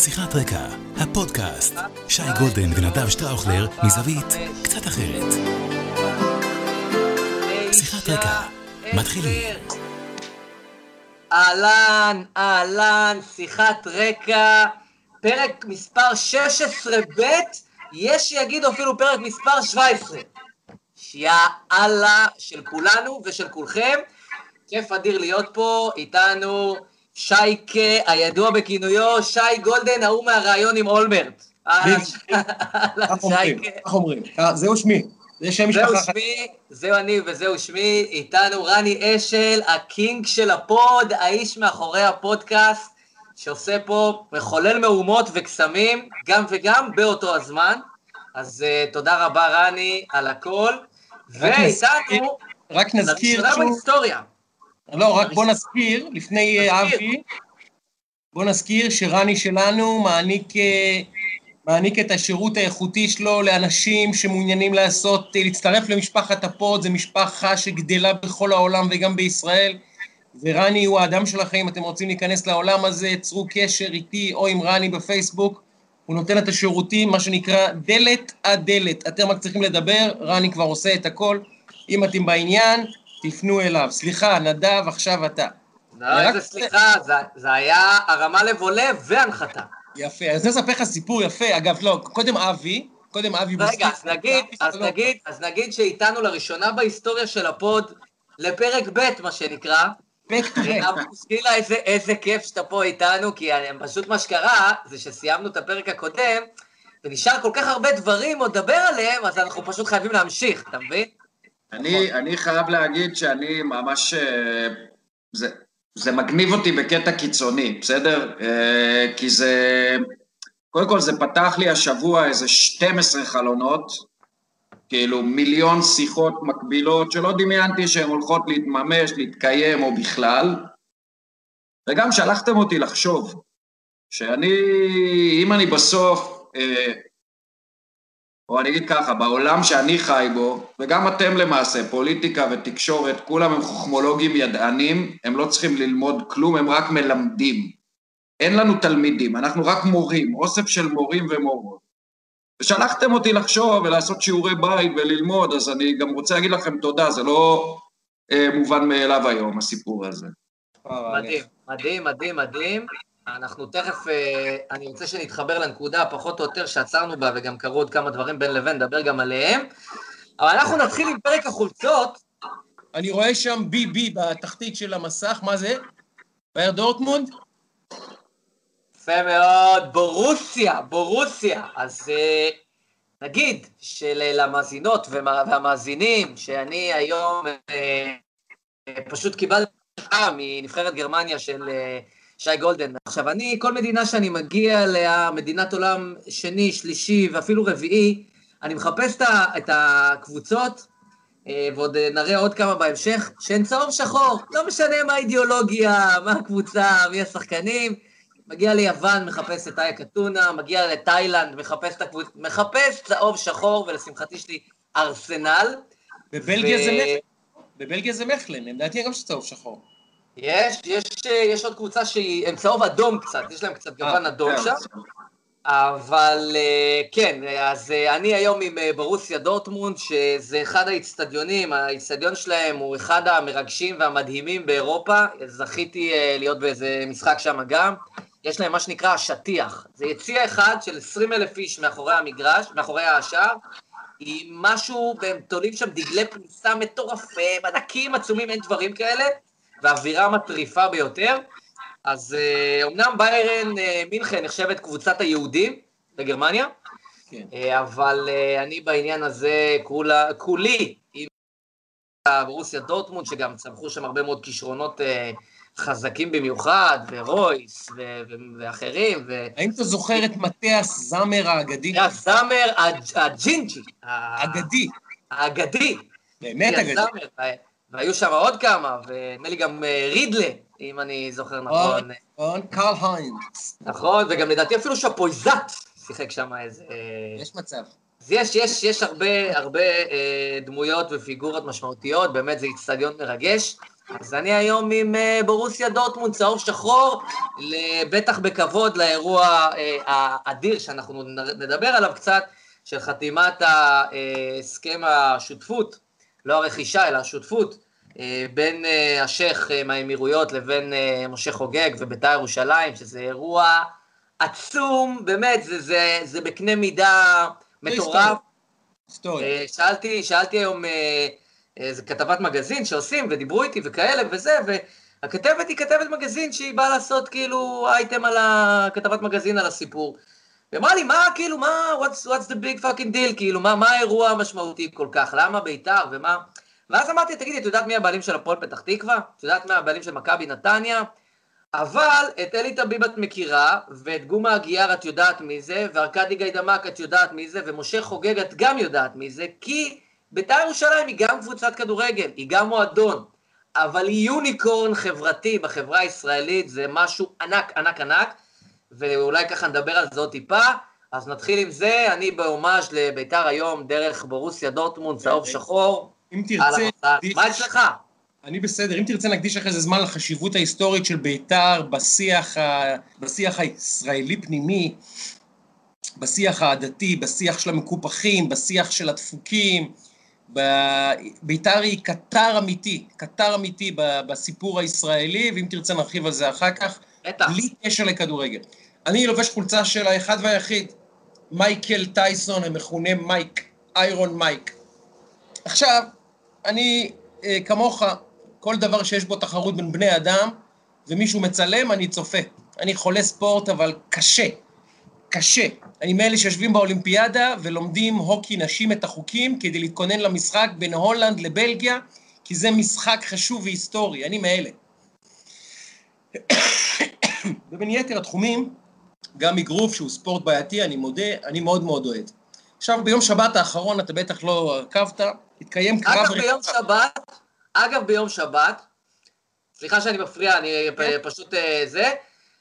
שיחת רקע, הפודקאסט, שי גולדן ונדב שטראוכלר מזווית קצת אחרת. שיחת רקע, מתחילים. אהלן, שיחת רקע, פרק מספר 16ב', יש שיגידו אפילו פרק מספר 17. יאללה, של כולנו ושל כולכם. כיף אדיר להיות פה, איתנו שייקה, הידוע בכינויו, שי גולדן, ההוא מהרעיון עם אולמרט. איך אומרים? זהו שמי. זהו אני וזהו שמי, איתנו רני אשל, הקינג של הפוד, האיש מאחורי הפודקאסט, שעושה פה מחולל מהומות וקסמים, גם וגם באותו הזמן. אז תודה רבה רני על הכל, ואיתנו, רק נזכיר לראשונה בהיסטוריה. לא, רק בוא נזכיר, לפני אבי, בוא נזכיר שרני שלנו מעניק את השירות האיכותי שלו לאנשים שמעוניינים להצטרף למשפחת הפוד, זה משפחה שגדלה בכל העולם וגם בישראל, ורני הוא האדם שלכם, אם אתם רוצים להיכנס לעולם הזה, צרו קשר איתי או עם רני בפייסבוק, הוא נותן את השירותים, מה שנקרא דלת עד דלת, אתם רק צריכים לדבר, רני כבר עושה את הכל, אם אתם בעניין, תפנו אליו. סליחה, נדב, עכשיו אתה. לא, איזה סליחה, זה היה הרמה לב עולה והנחתה. יפה, אז נספר לך סיפור יפה, אגב, לא, קודם אבי רגע, אז נגיד שאיתנו לראשונה בהיסטוריה של הפוד, לפרק ב' מה שנקרא, סקילה איזה כיף שאתה פה איתנו, כי פשוט מה שקרה, זה שסיימנו את הפרק הקודם, ונשאר כל כך הרבה דברים עוד לדבר עליהם, אז אנחנו פשוט חייבים להמשיך, אתה מבין? אני חייב להגיד שאני ממש, זה מגניב אותי בקטע קיצוני, בסדר? כי זה, קודם כל זה פתח לי השבוע איזה 12 חלונות, כאילו מיליון שיחות מקבילות, שלא דמיינתי שהן הולכות להתממש, להתקיים או בכלל, וגם שלחתם אותי לחשוב, אם אני בסוף, או אני אגיד ככה, בעולם שאני חי בו, וגם אתם למעשה, פוליטיקה ותקשורת, כולם הם חוכמולוגים ידענים, הם לא צריכים ללמוד כלום, הם רק מלמדים. אין לנו תלמידים, אנחנו רק מורים, אוסף של מורים ומורות. ושלחתם אותי לחשוב ולעשות שיעורי בית וללמוד, אז אני גם רוצה להגיד לכם תודה, זה לא מובן מאליו היום, הסיפור הזה. מדהים. אנחנו תכף, אני רוצה שנתחבר לנקודה פחות או יותר שעצרנו בה, וגם קראו עוד כמה דברים בין לבין, נדבר גם עליהם, אבל אנחנו נתחיל עם פרק החולצות. אני רואה שם בי בתחתית של המסך, מה זה? באייר דורטמונד? יפה מאוד, בורוסיה, אז נגיד שלמאזינות והמאזינים, שאני היום פשוט קיבלתי מנבחרת גרמניה של שי גולדן. עכשיו, כל מדינה שאני מגיע אליה, מדינת עולם שני, שלישי ואפילו רביעי, אני מחפש את הקבוצות, ועוד נראה עוד כמה בהמשך, שהן צהוב שחור, לא משנה מה האידיאולוגיה, מה הקבוצה, מי השחקנים, מגיע ליוון, מחפש את אייק אתונה, מגיע לתאילנד, מחפש צהוב שחור, ולשמחתי שלי ארסנל. בבלגיה זה מחלן, לדעתי גם שצהוב שחור. יש עוד קבוצה שהם צהוב אדום קצת, יש להם קצת גוון אדום שם, אבל כן, אז אני היום עם ברוסיה דורטמונד, שזה אחד האצטדיונים, האצטדיון שלהם הוא אחד המרגשים והמדהימים באירופה, זכיתי להיות באיזה משחק שם גם, יש להם מה שנקרא השטיח, זה יציע אחד של 20,000 איש מאחורי המגרש, מאחורי השער, עם משהו, והם תולים שם דגלי פריסה מטורפים, ענקים עצומים, אין דברים כאלה, והאווירה מטריפה ביותר, אז אמנם ביירן מינכן נחשבת קבוצת היהודים בגרמניה, כן. אבל אני בעניין הזה כולי עם ברוסיה דורטמונד, שגם צמחו שם הרבה מאוד כישרונות חזקים במיוחד, ורויס ואחרים. האם אתה זוכר את מתיאס זמר האגדי? מתיאס זמר הג'ינג'י. האגדי. באמת אגדי. והיו שם עוד כמה, ונדמה לי גם רידלה, אם אני זוכר נכון. נכון, קרל היינץ. נכון, וגם לדעתי אפילו שפויזת שיחק שם איזה... יש מצב. אז יש הרבה דמויות ופיגורות משמעותיות, באמת זה אצטדיון מרגש. אז אני היום עם ברוסיה דורטמונד, צהוב שחור, בטח בכבוד לאירוע האדיר שאנחנו נדבר עליו קצת, של חתימת הסכם השותפות, לא הרכישה אלא השותפות, בין השייך מהאמירויות לבין משה חוגג ובית"ר ירושלים, שזה אירוע עצום, באמת, זה בקנה מידה מטורף. שאלתי היום איזה כתבת מגזין שעושים ודיברו איתי וכאלה וזה, והכתבת היא כתבת מגזין שהיא באה לעשות כאילו אייטם על הכתבת מגזין על הסיפור. ואמרה לי, מה כאילו, what's the big fucking deal, כאילו, מה האירוע המשמעותי כל כך, למה בית"ר ומה? ואז אמרתי, תגידי, את יודעת מי הבעלים של הפועל פתח תקווה? את יודעת מי הבעלים של מכבי נתניה? אבל את אלי טביב את מכירה, ואת גומה הגיאר את יודעת מי זה, וארקדי גיידמק את יודעת מי זה, ומשה חוגג את גם יודעת מי זה, כי בית"ר ירושלים היא גם קבוצת כדורגל, היא גם מועדון, אבל היא יוניקורן חברתי בחברה הישראלית, זה משהו ענק, ענק, ענק, ואולי ככה נדבר על זה עוד טיפה, אז נתחיל עם זה, אני בהומאז' לבית"ר היום, דרך ברוסיה דורטמונד, צהוב שחור, אם תרצה... מה אצלך? אני בסדר, אם תרצה נקדיש אחרי זה זמן לחשיבות ההיסטורית של בית"ר, בשיח הישראלי פנימי, בשיח העדתי, בשיח של המקופחים, בשיח של הדפוקים, בית"ר היא קטר אמיתי בסיפור הישראלי, ואם תרצה נרחיב על זה אחר כך, בלי קשר לכדורגל. אני לובש חולצה של האחד והיחיד, מייקל טייסון, המכונה מייק, איירון מייק. עכשיו, אני כמוך, כל דבר שיש בו תחרות בין בני אדם, ומישהו מצלם, אני צופה. אני חולה ספורט, אבל קשה. אני מאלה שיושבים באולימפיאדה, ולומדים הוקי נשים את החוקים, כדי להתכונן למשחק בין הולנד לבלגיה, כי זה משחק חשוב והיסטורי, אני מאלה. ובין יתר התחומים, גם אגרוף שהוא ספורט בעייתי, אני מודה, אני מאוד מאוד אוהד. עכשיו, ביום שבת האחרון, אתה בטח לא עקבת, התקיים קרב... אגב, ביום שבת, סליחה שאני מפריע, אני פשוט זה,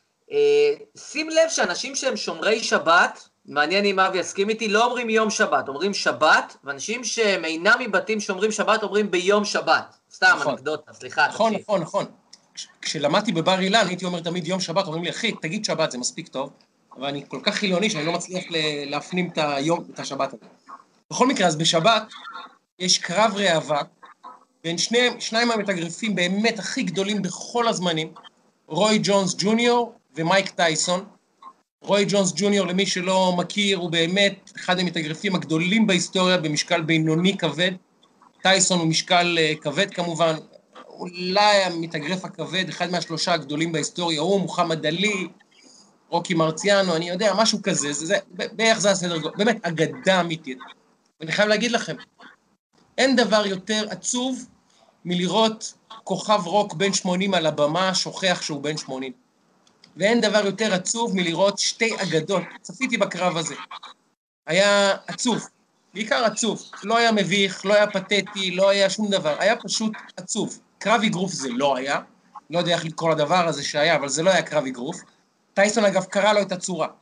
שים לב שאנשים שהם שומרי שבת, מעניין אם אבי יסכים איתי, לא אומרים יום שבת, אומרים שבת, ואנשים שהם אינם מבתים שומרים שבת, אומרים ביום שבת. סתם, אנקדוטה, סליחה. נכון. כשלמדתי בבר אילן, הייתי אומר תמיד יום שבת, אומרים לי, אחי, תגיד שבת, זה מספיק טוב, אבל אני כל כך חילוני שאני לא מצליח להפנים את השבת הזה. בכל מקרה, אז בשבת יש קרב ראווה, בין שניים המתאגרפים באמת הכי גדולים בכל הזמנים, רוי ג'ונס ג'וניור ומייק טייסון. רוי ג'ונס ג'וניור, למי שלא מכיר, הוא באמת אחד המתאגרפים הגדולים בהיסטוריה, במשקל בינוני כבד. טייסון הוא משקל כבד כמובן, אולי המתאגרף הכבד, אחד מהשלושה הגדולים בהיסטוריה, הוא מוחמד עלי, רוקי מרציאנו, אני יודע, משהו כזה, בערך זה הסדר, באמת אגדה אמיתית. ואני חייב להגיד לכם, אין דבר יותר עצוב מלראות כוכב רוק בן 80 על הבמה, שוכח שהוא בן 80. ואין דבר יותר עצוב מלראות שתי אגדות. צפיתי בקרב הזה. היה עצוב, בעיקר עצוב. לא היה מביך, לא היה פתטי, לא היה שום דבר. היה פשוט עצוב. קרב אגרוף זה לא היה. לא יודע איך לקרוא לדבר הזה שהיה, אבל זה לא היה קרב אגרוף. טייסון אגב קרא לו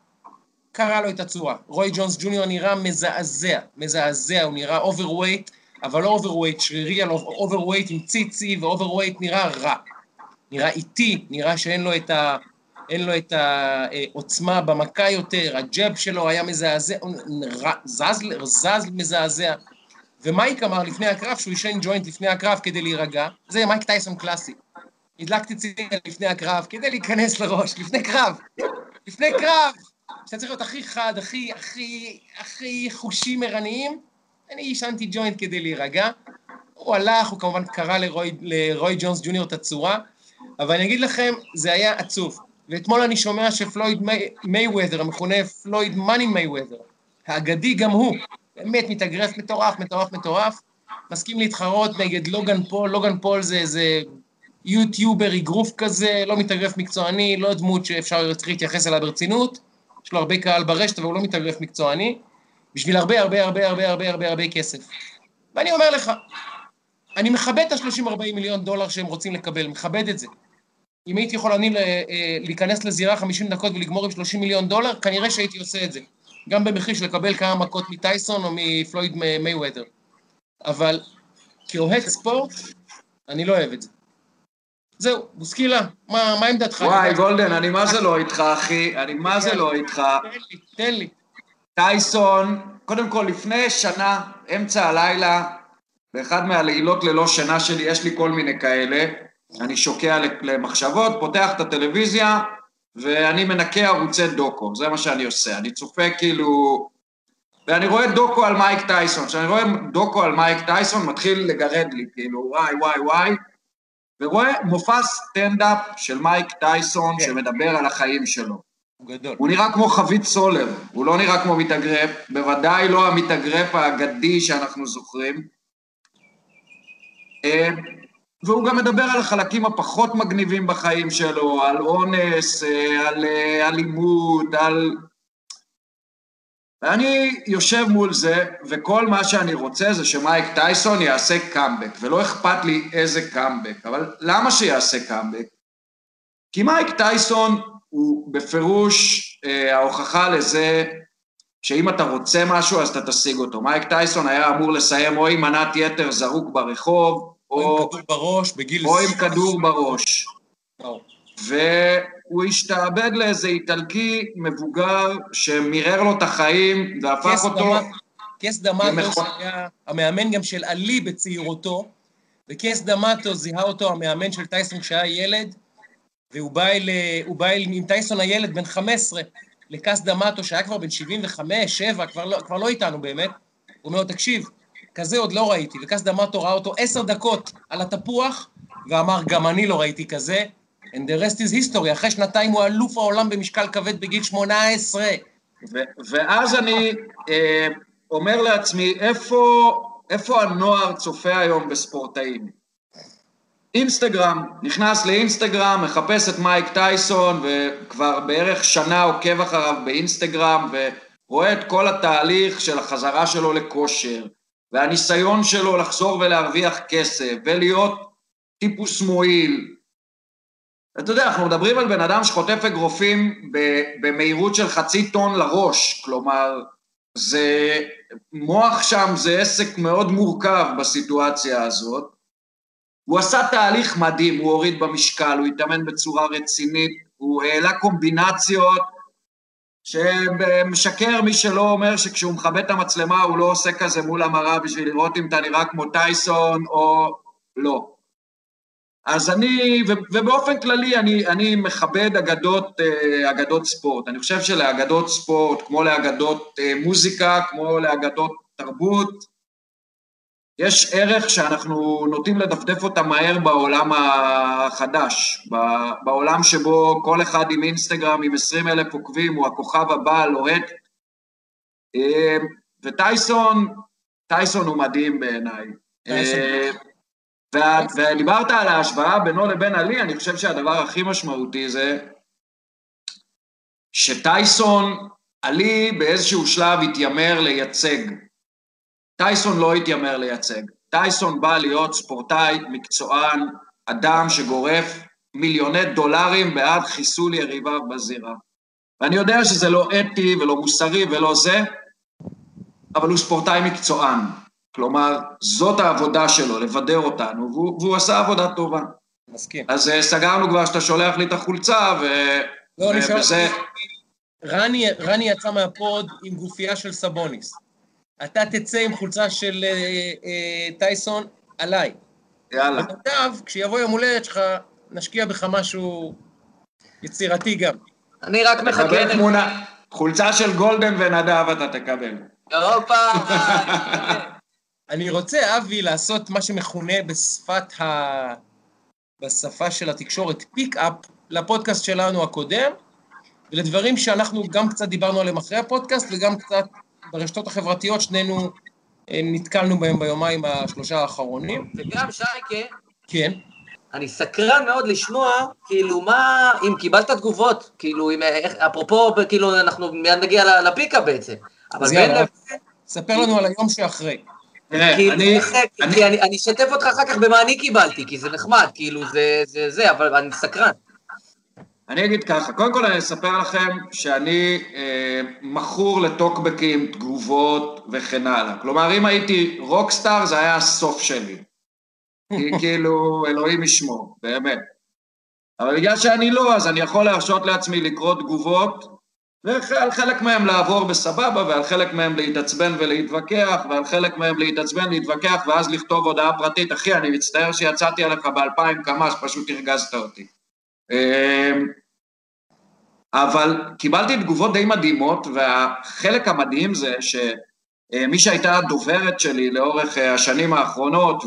את הצורה. רוי ג'ונס ג'וניור נראה מזעזע, הוא נראה אוברווייט, אבל לא אוברווייט שרירי, אלא אוברווייט עם ציצי, ואוברווייט נראה רע. נראה איטי, נראה שאין לו את העוצמה במכה יותר, הג'אב שלו היה מזעזע, זז מזעזע. ומייק אמר לפני הקרב, שהוא ישן ג'וינט לפני הקרב כדי להירגע, זה מייק טייסון קלאסי. הדלקתי ציגר לפני הקרב, כדי להיכנס לראש, לפני קרב, שאתה צריך להיות הכי חד, הכי חושים ערניים, אני ישנתי ג'וינט כדי להירגע, הוא הלך, הוא כמובן קרא לרוי ג'ונס ג'וניור את הצורה, אבל אני אגיד לכם, זה היה עצוב, ואתמול אני שומע שפלויד מייוודר, המכונה פלויד מאני מייוודר, האגדי גם הוא, באמת מתאגרף מטורף, מסכים להתחרות נגד לוגן פול זה איזה יוטיובר אגרוף כזה, לא מתאגרף מקצועני, לא דמות שאפשר להתייחס אליה ברצינות, יש לו הרבה קהל ברשת, אבל הוא לא מתאגרף מקצועני, בשביל הרבה כסף. ואני אומר לך, אני מכבד את ה-30-40 מיליון דולר שהם רוצים לקבל, מכבד את זה. אם הייתי יכול להיכנס לזירה 50 דקות ולגמור עם 30 מיליון דולר, כנראה שהייתי עושה את זה. גם במחיר של לקבל כמה מכות מטייסון או מפלויד מייוודר. אבל כאוהד ספורט, אני לא אוהב את זה. זהו, בוסקילה, מה עמדתך? וואי, גולדן, אני מה זה לא איתך, אחי? אני מה זה לא איתך? תן לי. טייסון, קודם כל, לפני שנה, אמצע הלילה, באחד מהלילות ללא שינה שלי, יש לי כל מיני כאלה, אני שוקע למחשבות, פותח את הטלוויזיה, ואני מנקה ערוצי דוקו, זה מה שאני עושה, אני צופה כאילו, ואני רואה דוקו על מייק טייסון, כשאני רואה דוקו על מייק טייסון, מתחיל לגרד לי, כאילו, וואי, ורואה מופע סטנדאפ של מייק טייסון, שמדבר על החיים שלו. הוא נראה כמו חבית סולר, הוא לא נראה כמו מתאגרף, בוודאי לא המתאגרף האגדי שאנחנו זוכרים, והוא גם מדבר על החלקים הפחות מגניבים בחיים שלו, על אונס, על אלימות, ואני יושב מול זה, וכל מה שאני רוצה זה שמייק טייסון יעשה קאמבק, ולא אכפת לי איזה קאמבק, אבל למה שיעשה קאמבק? כי מייק טייסון הוא בפירוש ההוכחה לזה, שאם אתה רוצה משהו אז אתה תשיג אותו. מייק טייסון היה אמור לסיים או עם מנת יתר זרוק ברחוב, או עם כדור בראש, או עם כדור בראש. והוא השתעבד לאיזה איטלקי מבוגר שמרר לו את החיים והפך אותו... קס דמאטו שהיה המאמן גם של עלי בצעירותו, וקס דמאטו זיהה אותו המאמן של טייסון כשהיה ילד, והוא בא עם טייסון הילד בן 15 לקס דמאטו שהיה כבר בן 75, 7, כבר לא איתנו באמת, הוא אומר לו תקשיב, כזה עוד לא ראיתי, וקס דמאטו ראה אותו 10 דקות על התפוח, ואמר גם אני לא ראיתי כזה, and the rest is history, אחרי שנתיים הוא אלוף העולם במשקל כבד בגיל 18. ואז אני אומר לעצמי, איפה הנוער צופה היום בספורטאים? אינסטגרם, נכנס לאינסטגרם, מחפש את מייק טייסון, וכבר בערך שנה עוקב אחריו באינסטגרם, ורואה את כל התהליך של החזרה שלו לכושר, והניסיון שלו לחזור ולהרוויח כסף, ולהיות טיפוס מועיל. אתה יודע, אנחנו מדברים על בן אדם שחוטף אגרופים במהירות של 0.5 טון לראש, כלומר, מוח שם זה עסק מאוד מורכב בסיטואציה הזאת. הוא עשה תהליך מדהים, הוא הוריד במשקל, הוא התאמן בצורה רצינית, הוא העלה קומבינציות, שמשקר מי שלא אומר שכשהוא מכבה את המצלמה הוא לא עושה כזה מול המראה בשביל לראות אם אתה נראה כמו טייסון או לא. אז ובאופן כללי אני מכבד אגדות ספורט, אני חושב שלאגדות ספורט, כמו לאגדות מוזיקה, כמו לאגדות תרבות, יש ערך שאנחנו נוטים לדפדף אותה מהר בעולם החדש, בעולם שבו כל אחד עם אינסטגרם עם 20,000 עוקבים הוא הכוכב הבא לוהט, וטייסון הוא מדהים בעיניי. ודיברת על ההשוואה בינו לבין עלי, אני חושב שהדבר הכי משמעותי זה שטייסון, עלי באיזשהו שלב התיימר לייצג, טייסון לא התיימר לייצג, טייסון בא להיות ספורטאי, מקצוען, אדם שגורף מיליוני דולרים בעד חיסול יריביו בזירה. ואני יודע שזה לא אתי ולא מוסרי ולא זה, אבל הוא ספורטאי מקצוען. כלומר, זאת העבודה שלו, לבדר אותנו, והוא עשה עבודה טובה. מסכים. אז סגרנו כבר שאתה שולח לי את החולצה, ובזה... רני יצא מהפוד עם גופייה של סבוניס. אתה תצא עם חולצה של טייסון עליי. יאללה. ונדב, כשיבוא יום הולדת שלך, נשקיע בך משהו יצירתי גם. אני רק מחכה... חולצה של גולדן ונדב אתה תקבל. אירופה! אני רוצה, אבי, לעשות מה שמכונה בשפה של התקשורת פיק-אפ לפודקאסט שלנו הקודם, ולדברים שאנחנו גם קצת דיברנו עליהם אחרי הפודקאסט, וגם קצת ברשתות החברתיות שנינו נתקלנו בהם ביומיים השלושה האחרונים. וגם שייקה, כן. אני סקרן מאוד לשמוע, כאילו, מה, אם קיבלת תגובות, כאילו, אפרופו, כאילו, אנחנו מיד נגיע לפיק-אפ בעצם. אז יאללה, ספר לנו על היום שאחרי. אני אשתף אותך אחר כך במה אני קיבלתי, כי זה נחמד, כאילו זה, אבל אני סקרן. אני אגיד ככה, קודם כל אני אספר לכם שאני מכור לטוקבקים, תגובות וכן הלאה. כלומר, אם הייתי רוקסטאר, זה היה הסוף שלי. כאילו, אלוהים ישמור, באמת. אבל בגלל שאני לא, אז אני יכול להרשות לעצמי לקרוא תגובות, ועל חלק מהם לעבור בסבבה, ועל חלק מהם להתעצבן ולהתווכח, ועל חלק מהם להתעצבן, להתווכח, ואז לכתוב הודעה פרטית, אחי, אני מצטער שיצאתי עליך ב-2000 כמה, שפשוט הרגזת אותי. אבל קיבלתי תגובות די מדהימות, והחלק המדהים זה שמי שהייתה הדוברת שלי לאורך השנים האחרונות,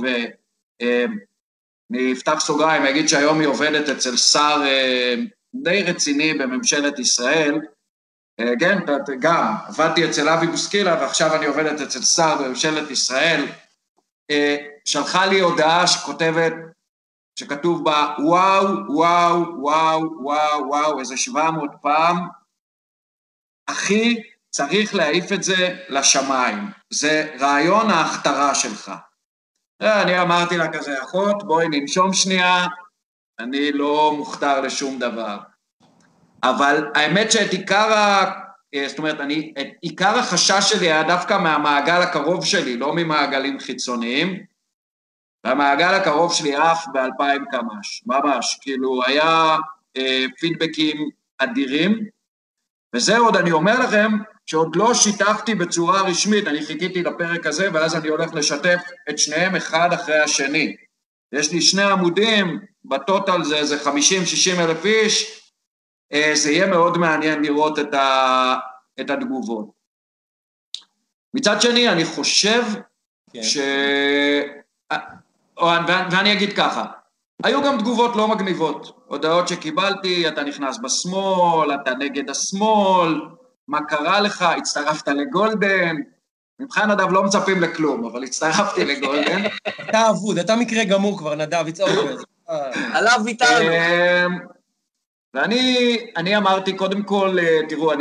ואני אפתח סוגריים, אגיד שהיום היא עובדת אצל שר די רציני בממשלת ישראל, כן, גם עבדתי אצל אבי בוסקילה, ועכשיו אני עובדת אצל שר בממשלת ישראל, שלחה לי הודעה שכותבת, שכתוב בה, וואו, וואו, וואו, וואו, וואו, איזה 700 פעם, אחי, צריך להעיף את זה לשמיים, זה רעיון ההכתרה שלך. אני אמרתי לה כזה, אחות, בואי ננשום שנייה, אני לא מוכתר לשום דבר. אבל האמת שאת עיקר החשש שלי היה דווקא מהמעגל הקרוב שלי, לא ממעגלים חיצוניים, והמעגל הקרוב שלי אף ב-2000 קמ"ש, ממש, כאילו היה פידבקים אדירים, וזה עוד אני אומר לכם, שעוד לא שיתפתי בצורה רשמית, אני חיכיתי לפרק הזה, ואז אני הולך לשתף את שניהם אחד אחרי השני. יש לי 2 עמודים, בטוטל זה איזה 50-60 אלף איש, זה יהיה מאוד מעניין לראות את התגובות. מצד שני, אני חושב ואני אגיד ככה, היו גם תגובות לא מגניבות, הודעות שקיבלתי, אתה נכנס בשמאל, אתה נגד השמאל, מה קרה לך, הצטרפת לגולדן, מבחן נדב לא מצפים לכלום, אבל הצטרפתי לגולדן. אתה אבוד, אתה מקרה גמור כבר, נדב, it's over. עליו ויתרנו. ואני אמרתי, קודם כל, תראו,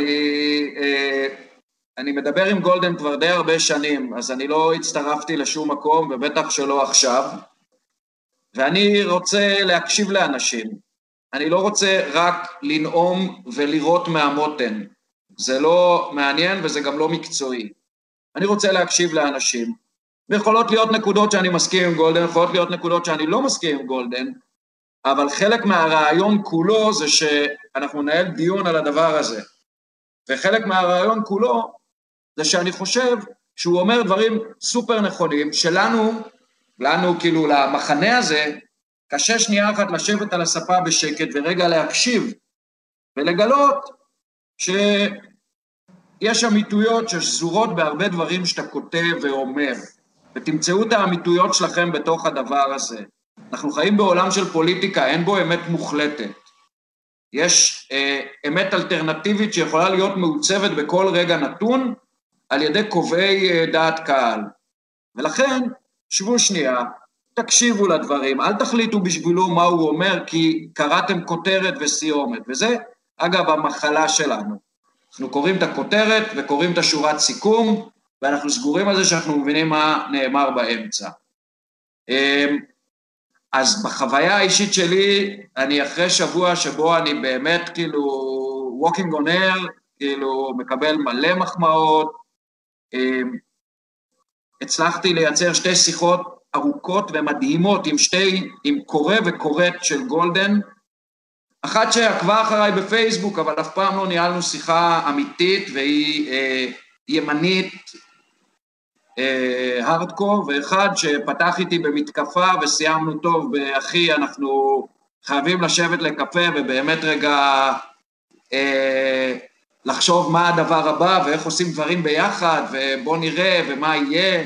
אני מדבר עם גולדן כבר די הרבה שנים, אז אני לא הצטרפתי לשום מקום, ובטח שלא עכשיו, ואני רוצה להקשיב לאנשים. אני לא רוצה רק לנאום ולירות מהמותן. זה לא מעניין וזה גם לא מקצועי. אני רוצה להקשיב לאנשים. ויכולות להיות נקודות שאני מסכים עם גולדן, יכולות להיות נקודות שאני לא מסכים עם גולדן, אבל חלק מהרעיון כולו זה שאנחנו ננהל דיון על הדבר הזה. וחלק מהרעיון כולו זה שאני חושב שהוא אומר דברים סופר נכונים, שלנו כאילו למחנה הזה, קשה שנייה אחת לשבת על הספה בשקט ורגע להקשיב, ולגלות שיש אמיתויות ששזורות בהרבה דברים שאתה כותב ואומר, ותמצאו את האמיתויות שלכם בתוך הדבר הזה. אנחנו חיים בעולם של פוליטיקה, אין בו אמת מוחלטת. יש אמת אלטרנטיבית שיכולה להיות מעוצבת בכל רגע נתון, על ידי קובעי דעת קהל. ולכן, שבו שנייה, תקשיבו לדברים, אל תחליטו בשבילו מה הוא אומר, כי קראתם כותרת וסיומת, וזה, אגב, המחלה שלנו. אנחנו קוראים את הכותרת וקוראים את השורת סיכום, ואנחנו סגורים על זה שאנחנו מבינים מה נאמר באמצע. אז בחוויה האישית שלי, אני אחרי שבוע שבו אני באמת כאילו walking on air, כאילו מקבל מלא מחמאות, הצלחתי לייצר 2 שיחות ארוכות ומדהימות עם קורא וקוראת של גולדן, אחת שעקבה אחריי בפייסבוק, אבל אף פעם לא ניהלנו שיחה אמיתית, והיא ימנית, הרדקור, ואחד שפתח איתי במתקפה וסיימנו טוב באחי, אנחנו חייבים לשבת לקפה ובאמת רגע לחשוב מה הדבר הבא ואיך עושים דברים ביחד ובוא נראה ומה יהיה.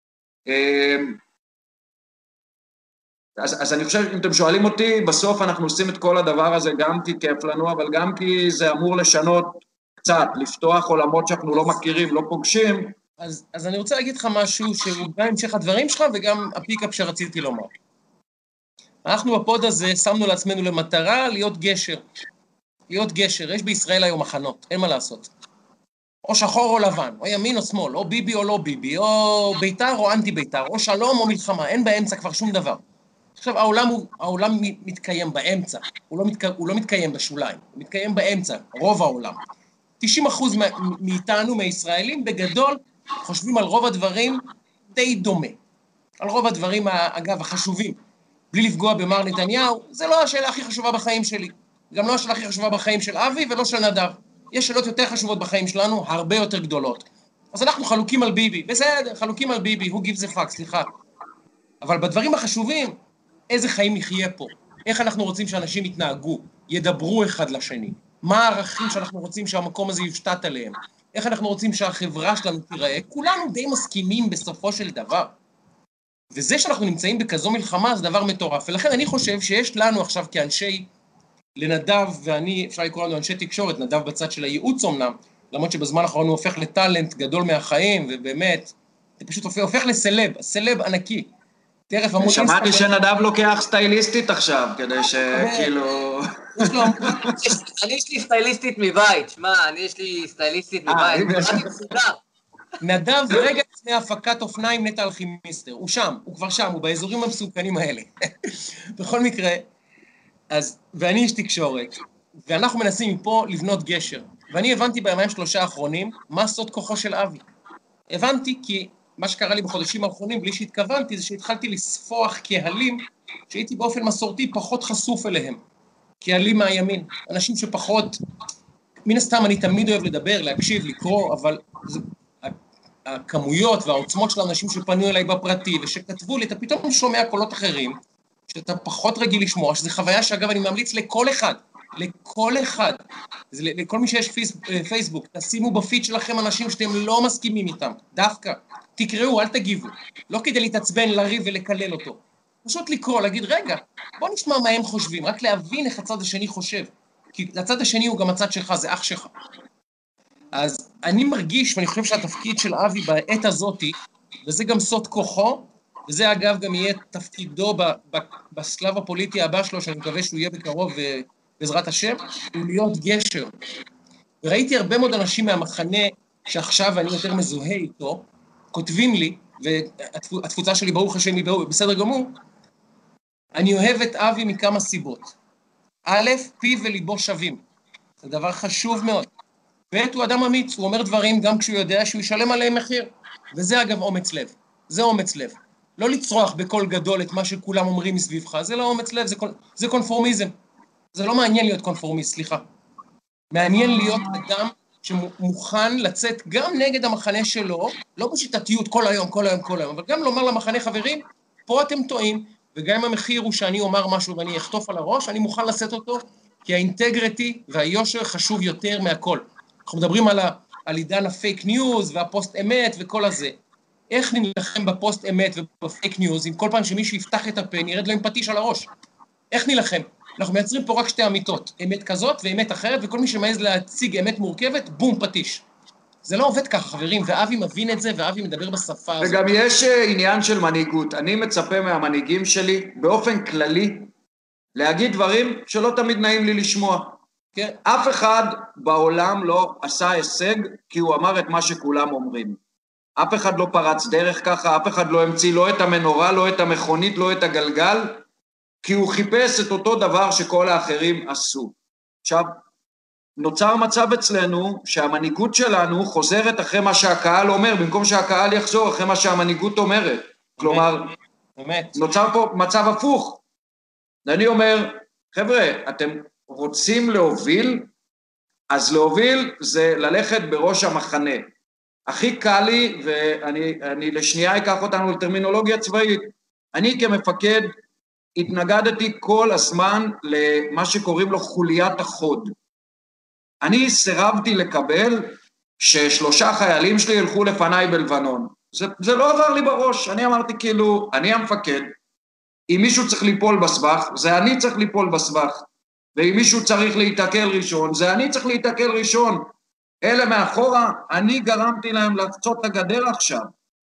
אז אני חושב, אם אתם שואלים אותי, בסוף אנחנו עושים את כל הדבר הזה גם כי כיף לנו, אבל גם כי זה אמור לשנות קצת, לפתוח עולמות שאנחנו לא מכירים, לא פוגשים. אז אני רוצה להגיד לך משהו שהוא גם המשך הדברים שלך וגם הפיקאפ שרציתי לומר. אנחנו בפוד הזה שמנו לעצמנו למטרה להיות גשר. להיות גשר. יש בישראל היום מחנות, אין מה לעשות. או שחור או לבן, או ימין או שמאל, או ביבי או לא ביבי, או ביתר או אנטי ביתר, או שלום או מלחמה, אין באמצע כבר שום דבר. עכשיו, העולם מתקיים באמצע, הוא לא מתקיים בשוליים, הוא מתקיים באמצע, רוב העולם. 90% מאיתנו, מישראלים, בגדול, חושבים על רוב הדברים די דומה. על רוב הדברים, אגב, החשובים. בלי לפגוע במר נתניהו, זה לא השאלה הכי חשובה בחיים שלי. גם לא השאלה הכי חשובה בחיים של אבי ולא של נדב. יש שאלות יותר חשובות בחיים שלנו, הרבה יותר גדולות. אז אנחנו חלוקים על ביבי, בסדר, חלוקים על ביבי, who gives a fuck, סליחה. אבל בדברים החשובים, איזה חיים נחיה פה? איך אנחנו רוצים שאנשים יתנהגו, ידברו אחד לשני? מה הערכים שאנחנו רוצים שהמקום הזה יושתת עליהם? איך אנחנו רוצים שהחברה שלנו תיראה? כולנו די מסכימים בסופו של דבר. וזה שאנחנו נמצאים בכזו מלחמה זה דבר מטורף. ולכן אני חושב שיש לנו עכשיו כאנשי, לנדב ואני, אפשר לקרוא לנו אנשי תקשורת, נדב בצד של הייעוץ אומנם, למרות שבזמן האחרון הוא הופך לטלנט גדול מהחיים, ובאמת, זה פשוט הופך לסלב, סלב ענקי. שמעתי שנדב לוקח סטייליסטית עכשיו, כדי שכאילו... יש לי סטייליסטית מבית, שמע, יש לי סטייליסטית מבית, נדב רגע לפני הפקת אופניים נטע אלכימיסטר, הוא שם, הוא כבר שם, הוא באזורים המסוכנים האלה. בכל מקרה, אז, ואני איש תקשורת, ואנחנו מנסים מפה לבנות גשר, ואני הבנתי בימיים 3 האחרונים, מה סוד כוחו של אבי. הבנתי כי מה שקרה לי בחודשים האחרונים, בלי שהתכוונתי, זה שהתחלתי לספוח קהלים, שהייתי באופן מסורתי פחות חשוף אליהם. קהלים מהימין, אנשים שפחות, מן הסתם אני תמיד אוהב לדבר, להקשיב, לקרוא, אבל הכמויות והעוצמות של האנשים שפנו אליי בפרטי, ושכתבו לי, אתה פתאום שומע קולות אחרים, שאתה פחות רגיל לשמוע, שזו חוויה שאגב אני ממליץ לכל אחד, לכל מי שיש פייסבוק, תשימו בפיד שלכם אנשים שאתם לא מסכימים איתם, דווקא, תקראו, אל תגיבו, לא כדי להתעצבן, לריב ולקלל אותו, פשוט לקרוא, להגיד, רגע, בוא נשמע מה הם חושבים, רק להבין איך הצד השני חושב, כי הצד השני הוא גם הצד שלך, זה אח שלך. אז אני מרגיש, ואני חושב שהתפקיד של אבי בעת הזאת, וזה גם סוד כוחו, וזה אגב גם יהיה תפקידו בסלב הפוליטי הבא שלו, שאני מקווה שהוא יהיה בקרוב בעזרת השם, הוא להיות גשר. וראיתי הרבה מאוד אנשים מהמחנה, שעכשיו אני יותר מזוהה איתו, כותבים לי, והתפוצה שלי ברוך השם היא בסדר גמור, אני אוהב את אבי מכמה סיבות. א', פיו וליבו שווים. זה דבר חשוב מאוד. ב', הוא אדם אמיץ, הוא אומר דברים גם כשהוא יודע שהוא ישלם עליהם מחיר. וזה אגב אומץ לב. זה אומץ לב. לא לצרוח בקול גדול את מה שכולם אומרים מסביבך, זה לא אומץ לב, זה קונפורמיזם. זה לא מעניין להיות קונפורמיסט, סליחה. מעניין להיות אדם שמוכן לצאת גם נגד המחנה שלו, לא בשיטתיות כל היום, אבל גם לומר למחנה חברים, פה אתם טועים, וגם אם המחיר הוא שאני אומר משהו ואני אחטוף על הראש, אני מוכן לשאת אותו, כי האינטגריטי והיושר חשוב יותר מהכל. אנחנו מדברים על עידן הפייק ניוז והפוסט אמת וכל הזה. איך נלחם בפוסט אמת ובפייק ניוז, אם כל פעם שמישהו יפתח את הפה, נרד לו עם פטיש על הראש? איך נלחם? אנחנו מייצרים פה רק 2 אמיתות, אמת כזאת ואמת אחרת, וכל מי שמעז להציג אמת מורכבת, בום, פטיש. זה לא עובד ככה, חברים, ואבי מבין את זה, ואבי מדבר בשפה הזאת. וגם יש עניין של מנהיגות. אני מצפה מהמנהיגים שלי, באופן כללי, להגיד דברים שלא תמיד נעים לי לשמוע. כן. אף אחד בעולם לא עשה הישג, כי הוא אמר את מה שכולם אומרים. אף אחד לא פרץ דרך ככה, אף אחד לא המציא לא את המנורה, לא את המכונית, לא את הגלגל, כי הוא חיפש את אותו דבר שכל האחרים עשו. עכשיו, נוצר מצב אצלנו שהמנהיגות שלנו חוזרת אחרי מה שהקהל אומר, במקום שהקהל יחזור אחרי מה שהמנהיגות אומרת. כלומר, נוצר פה מצב הפוך. ואני אומר, חבר'ה, אתם רוצים להוביל? אז להוביל זה ללכת בראש המחנה. הכי קל לי, ואני לשנייה אקח אותנו לטרמינולוגיה צבאית, אני כמפקד התנגדתי כל הזמן למה שקוראים לו חוליית החוד. אני סירבתי לקבל ש3 חיילים שלי ילכו לפניי בלבנון. זה לא עבר לי בראש, אני אמרתי כאילו, אני המפקד, אם מישהו צריך ליפול בסבך, זה אני צריך ליפול בסבך, ואם מישהו צריך להתעכל ראשון, זה אני צריך להתעכל ראשון. אלה מאחורה, אני גרמתי להם לחצות את הגדר עכשיו.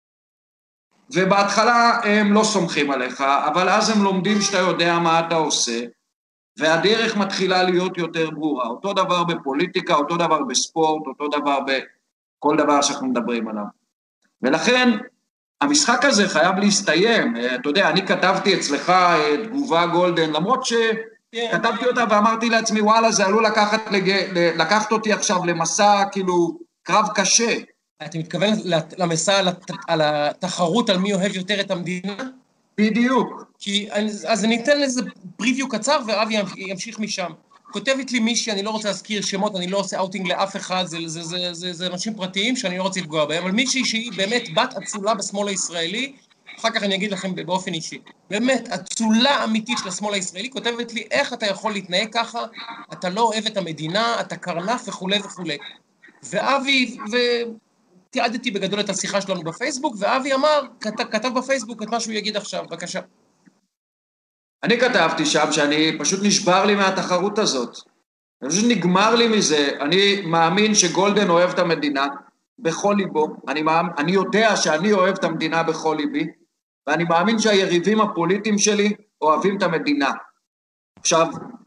ובהתחלה הם לא סומכים עליך, אבל אז הם לומדים שאתה יודע מה אתה עושה, והדרך מתחילה להיות יותר ברורה. אותו דבר בפוליטיקה, אותו דבר בספורט, אותו דבר בכל דבר שאנחנו מדברים עליו. ולכן, המשחק הזה חייב להסתיים. אתה יודע, אני כתבתי אצלך תגובה גולדן, למרות שכתבתי אותה ואמרתי לעצמי, וואלה, זה עלול לקחת אותי עכשיו למסע, כאילו, קרב קשה. אתה מתכוון למסע על התחרות על מי אוהב יותר את המדינה? בדיוק. אז אני אתן לזה פריוויו קצר, ואבי ימשיך משם. כותבת לי מישהי, אני לא רוצה להזכיר שמות, אני לא עושה אאוטינג לאף אחד, זה אנשים פרטיים שאני לא רוצה לפגוע בהם, אבל מישהי שהיא באמת בת אצולה בשמאל הישראלי, אחר כך אני אגיד לכם באופן אישי, באמת אצולה אמיתית של השמאל הישראלי, כותבת לי איך אתה יכול להתנהג ככה, אתה לא אוהב את המדינה, אתה קרנף וכו' וכו'. ואבי, תיעדתי בגדול את השיחה שלנו בפייסבוק, ואבי אמר, כתב בפייסבוק את מה שהוא יגיד עכשיו, בבקשה. אני כתבתי שם שאני פשוט נשבר לי מהתחרות הזאת. פשוט נגמר לי מזה. אני מאמין שגולדן אוהב את המדינה בכל ליבו. אני יודע שאני אוהב את המדינה בכל ליבי, ואני מאמין שהיריבים הפוליטיים שלי אוהבים את המדינה. עכשיו,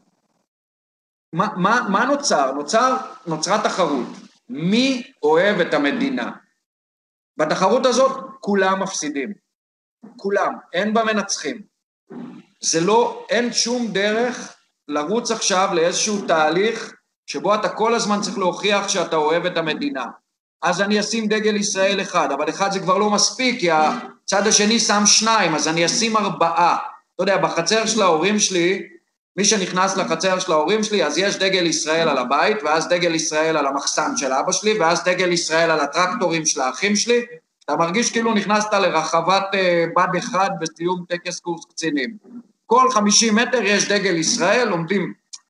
מה נוצר? נוצרה תחרות. מי אוהב את המדינה? בתחרות הזאת כולם מפסידים. כולם. אין בה מנצחים. אין שום דרך לרוץ עכשיו לאיזשהו תהליך שבו אתה כל הזמן צריך להוכיח שאתה אוהב את המדינה. אז אני אשים דגל ישראל אחד, אבל אחד זה כבר לא מספיק, כי הצד השני שם 2, אז אני אשים 4. אתה יודע, בחצר של ההורים שלי, מי שנכנס לחצר של ההורים שלי, אז יש דגל ישראל על הבית, ואז דגל ישראל על המחסן של אבא שלי, ואז דגל ישראל על הטרקטורים של האחים שלי, אתה מרגיש כאילו נכנסת לרחבת בד אחד בסיום טקס קורס קצינים. כל 50 מטר יש דגל ישראל, לומדים.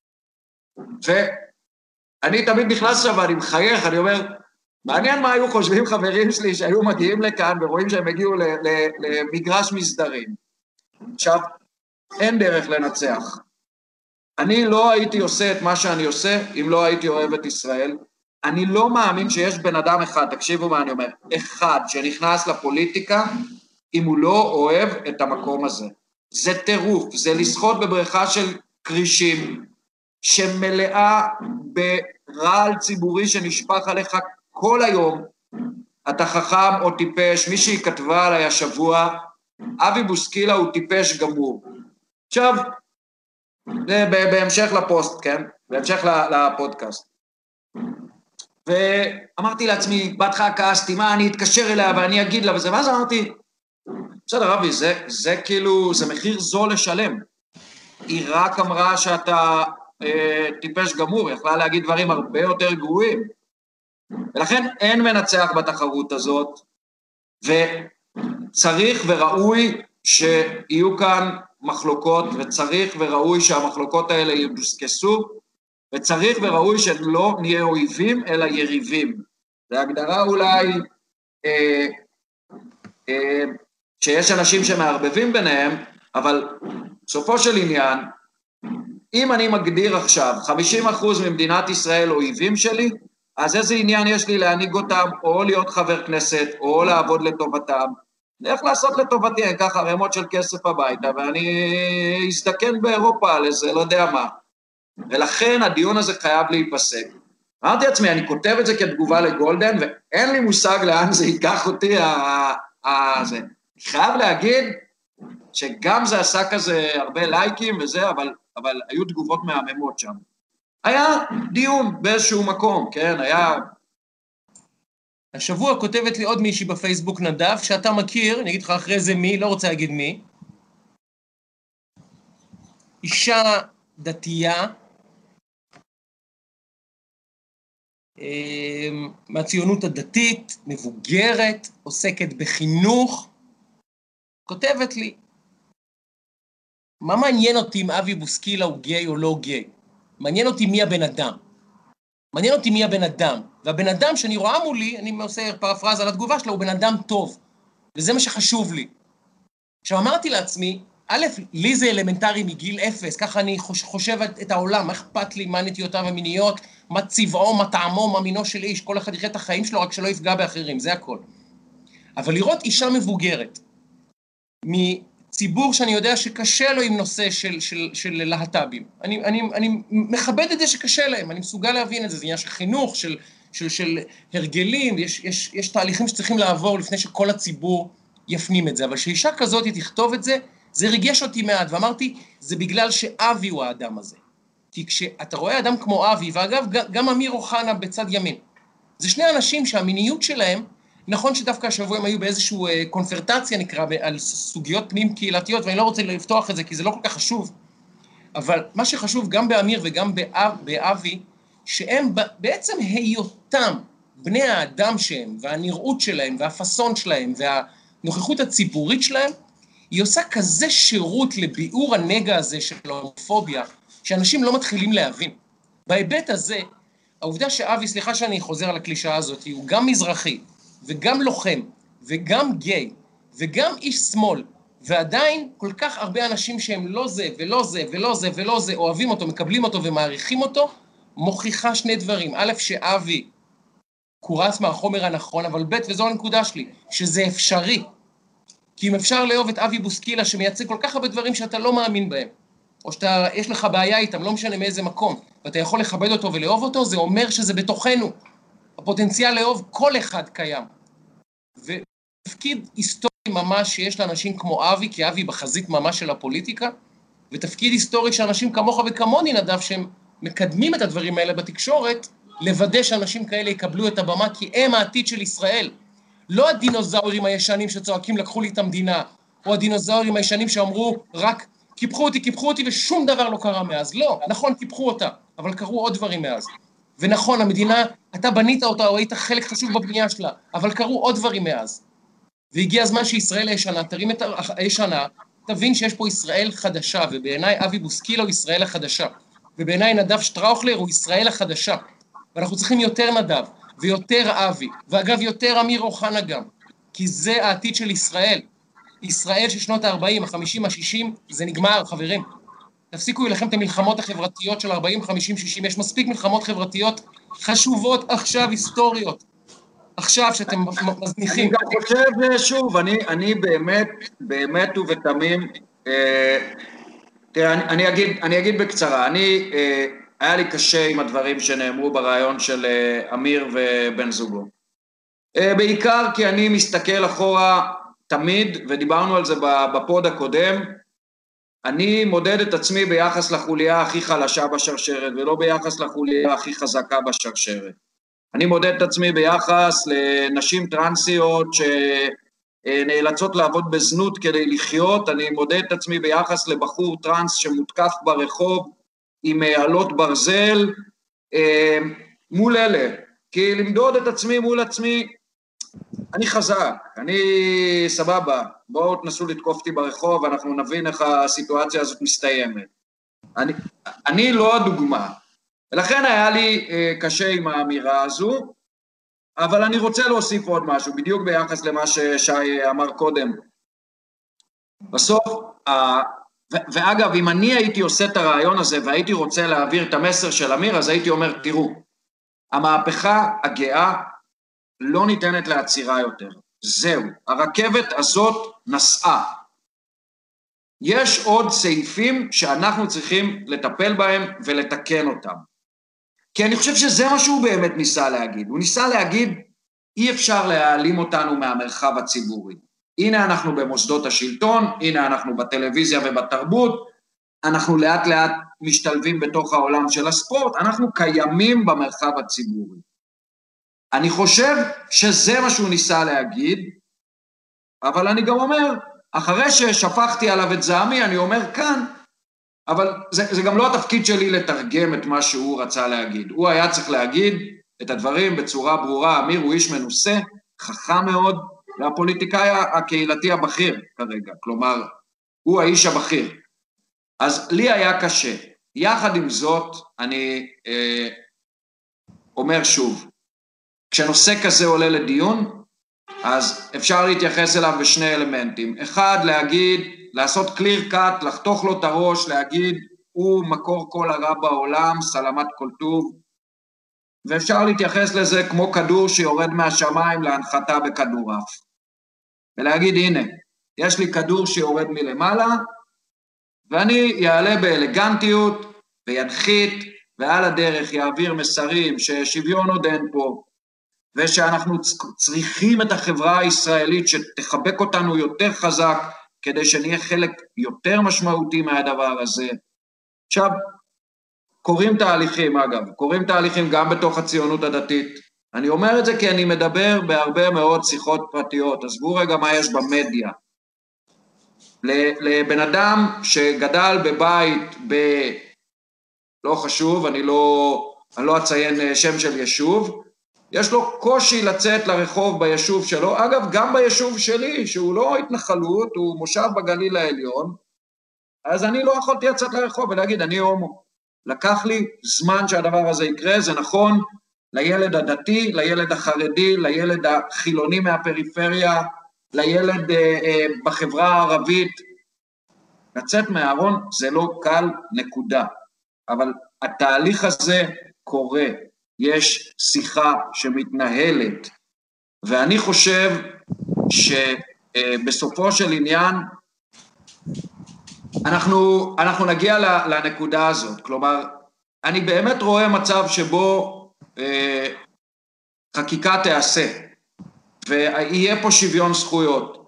ואני תמיד נכנס שם ואני מחייך, אני אומר, מעניין מה היו חושבים חברים שלי שהיו מגיעים לכאן ורואים שהם הגיעו למגרש מסדרים. עכשיו, אין דרך לנצח. אני לא הייתי עושה את מה שאני עושה אם לא הייתי אוהב את ישראל. אני לא מאמין שיש בן אדם אחד, תקשיבו מה אני אומר, אחד שנכנס לפוליטיקה אם הוא לא אוהב את המקום הזה. זה טירוף, זה לשחות בבריכה של קרישים, שמלאה ברעל ציבורי שנשפך עליך כל היום, אתה חכם או טיפש, מישהי כתבה עליי השבוע, אבי בוסקילה הוא טיפש גמור. עכשיו, זה בהמשך לפוסט, כן? בהמשך לפודקאסט. ואמרתי לעצמי, בהתחלה כעסתי, מה, אני אתקשר אליה ואני אגיד לה וזה, ואז אמרתי, בסדר רבי, זה כאילו, זה מחיר זול לשלם. היא רק אמרה שאתה טיפש גמור, יכלה להגיד דברים הרבה יותר גרועים. ולכן אין מנצח בתחרות הזאת, וצריך וראוי שיהיו כאן מחלוקות, וצריך וראוי שהמחלוקות האלה ידוסקסו, וצריך וראוי שלא נהיה אויבים, אלא יריבים. זה הגדרה אולי שיש אנשים שמערבבים ביניהם, אבל בסופו של עניין, אם אני מגדיר עכשיו 50% ממדינת ישראל אויבים שלי, אז איזה עניין יש לי להנהיג אותם, או להיות חבר כנסת, או לעבוד לטובתם, איך לעשות לטובתי, אני אקח ערימות של כסף הביתה, ואני אזדקן באירופה על איזה, לא יודע מה. ולכן הדיון הזה חייב להיפסק. אמרתי לעצמי, אני כותב את זה כתגובה לגולדן, ואין לי מושג לאן זה ייקח אותי, זה. חייב להגיד שגם זה עשה כזה הרבה לייקים וזה, אבל היו תגובות מהממות שם. היה דיון באיזשהו מקום, כן, היה... השבוע כותבת לי עוד מישהי בפייסבוק נדב, שאתה מכיר, אני אגיד לך אחרי זה מי, לא רוצה להגיד מי, אישה דתייה, מהציונות הדתית, מבוגרת, עוסקת בחינוך, כותבת לי, מה מעניין אותי אם אבי בוסקילה הוא גיי או לא גיי? מעניין אותי מי הבן אדם. מעניין אותי מי הבן אדם. והבן אדם שאני רואה מולי, אני עושה פרפרזה על התגובה שלו, הוא בן אדם טוב. וזה מה שחשוב לי. עכשיו אמרתי לעצמי, א', לי זה אלמנטרי מגיל 0, ככה אני חושב את העולם, מה אכפת לי, מה נטיותיו המיניות, מה צבעו, מה טעמו, מה מינו של איש, כל אחד יחיה את החיים שלו, רק שלא יפגע באחרים, זה הכל. אבל לראות אישה מבוגרת, מציבור שאני יודע שקשה לו עם נושא של להט"בים, אני מכבד את זה שקשה להם, אני מסוגל להבין את זה, זה עניין של חינוך, של הרגלים, יש תהליכים שצריכים לעבור לפני שכל הציבור יפנים את זה, אבל שאישה כזאת תכתוב את זה, זה ריגש אותי מעט, ואמרתי, זה בגלל שאבי הוא האדם הזה. כי כשאתה רואה אדם כמו אבי, ואגב, גם אמיר אוחנה בצד ימין, זה שני אנשים שהמיניות שלהם נכון שדווקא השבוע הם היו באיזשהו קונפרטציה נקרא, על סוגיות פנים קהילתיות, ואני לא רוצה לפתוח את זה כי זה לא כל כך חשוב, אבל מה שחשוב גם באמיר וגם באבי, שהם בעצם היותם בני האדם שהם, והנראות שלהם, והפסון שלהם, והנוכחות הציבורית שלהם, היא עושה כזה שירות לביאור הנגע הזה של ההומופוביה, שאנשים לא מתחילים להבין. בהיבט הזה, העובדה שאבי, סליחה שאני חוזר על הקלישאה הזאת, הוא גם מזרחי, וגם לוחם, וגם גיי, וגם איש שמאל, ועדיין כל כך הרבה אנשים שהם לא זה, ולא זה, ולא זה, ולא זה, אוהבים אותו, מקבלים אותו ומעריכים אותו, מוכיחה שני דברים. א', שאבי קורס מהחומר הנכון, אבל ב', וזו הנקודה שלי, שזה אפשרי. כי אם אפשר לאהוב את אבי בוסקילה, שמייצג כל כך הרבה דברים שאתה לא מאמין בהם, או שיש לך בעיה איתם, לא משנה מאיזה מקום, ואתה יכול לכבד אותו ולאהוב אותו, זה אומר שזה בתוכנו. הפוטנציאל לאהוב כל אחד קיים. ותפקיד היסטורי ממש שיש לאנשים כמו אבי, כי אבי בחזית ממש של הפוליטיקה, ותפקיד היסטורי שאנשים כמוך וכמוני נדב, שהם מקדמים את הדברים האלה בתקשורת, לוודא שאנשים כאלה יקבלו את הבמה, כי הם העתיד של ישראל. לא הדינוזאורים הישנים שצועקים לקחו לי את המדינה, או הדינוזאורים הישנים שאמרו רק קיפחו אותי, ושום דבר לא קרה מאז. לא, נכון, קיפחו אותה, אבל קרו עוד דברים מאז. ונכון, המדינה, אתה בנית אותה, או היית חלק חשוב בבנייה שלה, אבל קרו עוד דברים מאז. והגיע הזמן שישראל הישנה, תרים את הישנה, תבין שיש פה ישראל חדשה, ובעיניי אבי בוסקילה הוא ישראל החדשה, ובעיניי נדב שטראוכלר הוא ישראל החדשה, ואנחנו צריכים יותר נדב, ויותר אבי, ואגב יותר אמיר אוחנה גם, כי זה העתיד של ישראל. ישראל של שנות ה-40, ה-50, ה-60, זה נגמר, חברים. תפסיקו להילחם את המלחמות החברתיות של 40, 50, 60, יש מספיק מלחמות חברתיות חשובות עכשיו, היסטוריות. עכשיו שאתם מזניחים. אני גם חושב, שוב, אני באמת ובתמים, תראה, אני אגיד בקצרה, היה לי קשה עם הדברים שנאמרו ברעיון של אמיר ובן זוגו. בעיקר כי אני מסתכל אחורה תמיד, ודיברנו על זה בפוד הקודם, אני מודד את עצמי ביחס לחוליה הכי חלשה בשרשרת, ולא ביחס לחוליה הכי חזקה בשרשרת. אני מודד את עצמי ביחס לנשים טרנסיות שנאלצות לעבוד בזנות כדי לחיות, אני מודד את עצמי ביחס לבחור טרנס שמותקף ברחוב עם עלות ברזל, מול אלה, כי למדוד את עצמי מול עצמי, אני חזק, אני סבבה, בואו תנסו לתקוף אותי ברחוב, ואנחנו נבין איך הסיטואציה הזאת מסתיימת. אני לא הדוגמה, ולכן היה לי קשה עם האמירה הזו, אבל אני רוצה להוסיף עוד משהו, בדיוק ביחס למה ששי אמר קודם. בסוף, ואגב, אם אני הייתי עושה את הרעיון הזה, והייתי רוצה להעביר את המסר של אמיר, אז הייתי אומר, תראו, המהפכה הגאה לא ניתנת לעצירה יותר. זהו, הרכבת הזאת נסעה. יש עוד סעיפים שאנחנו צריכים לטפל בהם ולתקן אותם. כי אני חושב שזה מה שהוא באמת ניסה להגיד. הוא ניסה להגיד, אי אפשר להעלים אותנו מהמרחב הציבורי. הנה אנחנו במוסדות השלטון, הנה אנחנו בטלוויזיה ובתרבות, אנחנו לאט לאט משתלבים בתוך העולם של הספורט, אנחנו קיימים במרחב הציבורי. אני חושב שזה מה שהוא ניסה להגיד, אבל אני גם אומר, אחרי ששפכתי עליו את זעמי, אני אומר כאן, אבל זה גם לא התפקיד שלי לתרגם את מה שהוא רצה להגיד. הוא היה צריך להגיד את הדברים בצורה ברורה, אמיר הוא איש מנוסה, חכם מאוד, והפוליטיקאי הקהילתי הבכיר כרגע, כלומר, הוא האיש הבכיר. אז לי היה קשה. יחד עם זאת, אני אומר שוב, כשנושא כזה עולה לדיון, אז אפשר להתייחס אליו בשני אלמנטים. אחד, להגיד, לעשות clear cut, לחתוך לו את הראש, להגיד, הוא מקור כל הרע בעולם, סלמת כל טוב, ואפשר להתייחס לזה כמו כדור שיורד מהשמיים להנחתה בכדורעף. ולהגיד, הנה, יש לי כדור שיורד מלמעלה, ואני יעלה באלגנטיות, וינחית, ועל הדרך יעביר מסרים ששוויון עוד אין פה, ושאנחנו צריכים את החברה הישראלית שתחבק אותנו יותר חזק, כדי שנהיה חלק יותר משמעותי מהדבר הזה. עכשיו, קוראים תהליכים אגב, קוראים תהליכים גם בתוך הציונות הדתית, אני אומר את זה כי אני מדבר בהרבה מאוד שיחות פרטיות, עזבו רגע מה יש במדיה. לבן אדם שגדל בבית לא חשוב, אני לא אציין שם של יישוב, יש לו קושי לצאת לרחוב ביישוב שלו, אגב גם ביישוב שלי, שהוא לא התנחלות, הוא מושב בגליל העליון, אז אני לא יכולתי לצאת לרחוב ולהגיד אני הומו. לקח לי זמן שהדבר הזה יקרה, זה נכון לילד הדתי, לילד החרדי, לילד החילוני מהפריפריה, לילד בחברה הערבית, לצאת מהארון זה לא קל, נקודה. אבל התהליך הזה קורה, יש שיחה שמתנהלת, ואני חושב שבסופו של עניין, אנחנו נגיע לנקודה הזאת, כלומר, אני באמת רואה מצב שבו חקיקה תעשה, ויהיה פה שוויון זכויות.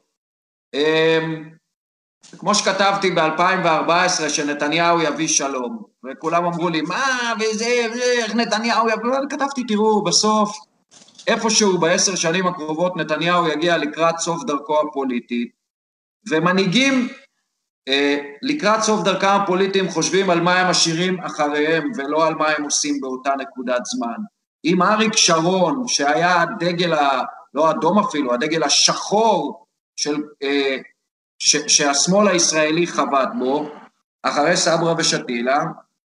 כמו שכתבתי ב-2014 שנתניהו יביא שלום, וכולם אמרו לי, מה, וזה, איך נתניהו יביא, כתבתי, תראו, בסוף, איפשהו ב10 שנים הקרובות נתניהו יגיע לקראת סוף דרכו הפוליטית, ומנהיגים לקראת סוף דרכם הפוליטיים חושבים על מה הם משאירים אחריהם, ולא על מה הם עושים באותה נקודת זמן. אם אריק שרון, שהיה הדגל, לא אדום אפילו, הדגל השחור של שהשמאל הישראלי חבט בו, אחרי סברה ושתילה,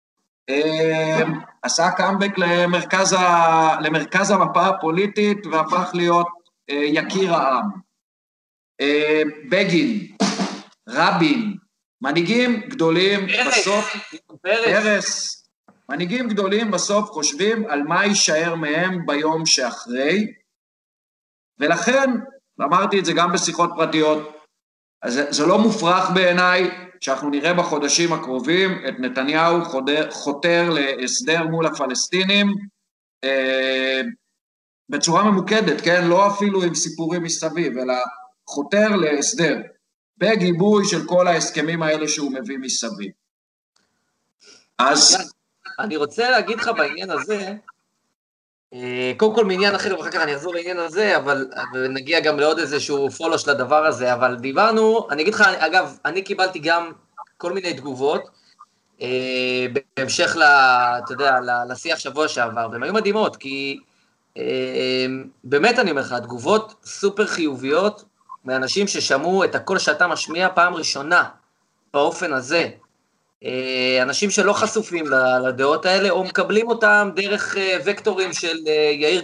עשה קאמבק למרכז המפה הפוליטית, והפך להיות יקיר העם. בגין, רבין, מנהיגים גדולים בסוף, פרס, מנהיגים גדולים בסוף חושבים על מה יישאר מהם ביום שאחרי, ולכן, אמרתי את זה גם בשיחות פרטיות, אז זה לא מופרך בעיניי שאנחנו נראה בחודשים הקרובים את נתניהו חותר להסדר מול הפלסטינים בצורה ממוקדת, כן? לא אפילו עם סיפורים מסביב, אלא חותר להסדר, בגיבוי של כל ההסכמים האלה שהוא מביא מסביב. אז אני רוצה להגיד לך בעניין הזה, קודם כל מעניין אחר, ואחר כך אני אחזור לעניין הזה, אבל נגיע גם לעוד איזשהו פולו של הדבר הזה, אבל דיברנו, אני אגיד לך, אגב, אני קיבלתי גם כל מיני תגובות, בהמשך אתה יודע, לשיח שבוע שעבר, והן היו מדהימות, כי באמת אני אומר לך, תגובות סופר חיוביות, מאנשים ששמעו את הקול שאתה משמיע פעם ראשונה, באופן הזה, אנשים שלא חשופים לדעות האלה, או מקבלים אותם דרך וקטורים של יאיר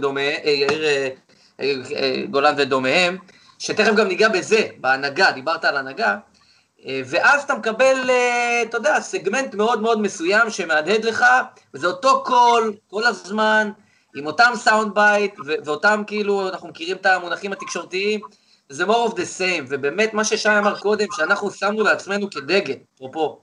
גולן ודומיהם, שתכף גם ניגע בזה, בהנהגה, דיברת על הנהגה, ואז אתה מקבל, אתה יודע, סגמנט מאוד מאוד מסוים שמהדהד לך, וזה אותו קול, כל הזמן, עם אותם סאונד בייט, ואותם כאילו, אנחנו מכירים את המונחים התקשורתיים, זה more of the same, ובאמת מה ששי אמר קודם, שאנחנו שמנו לעצמנו כדגל, אפרופו,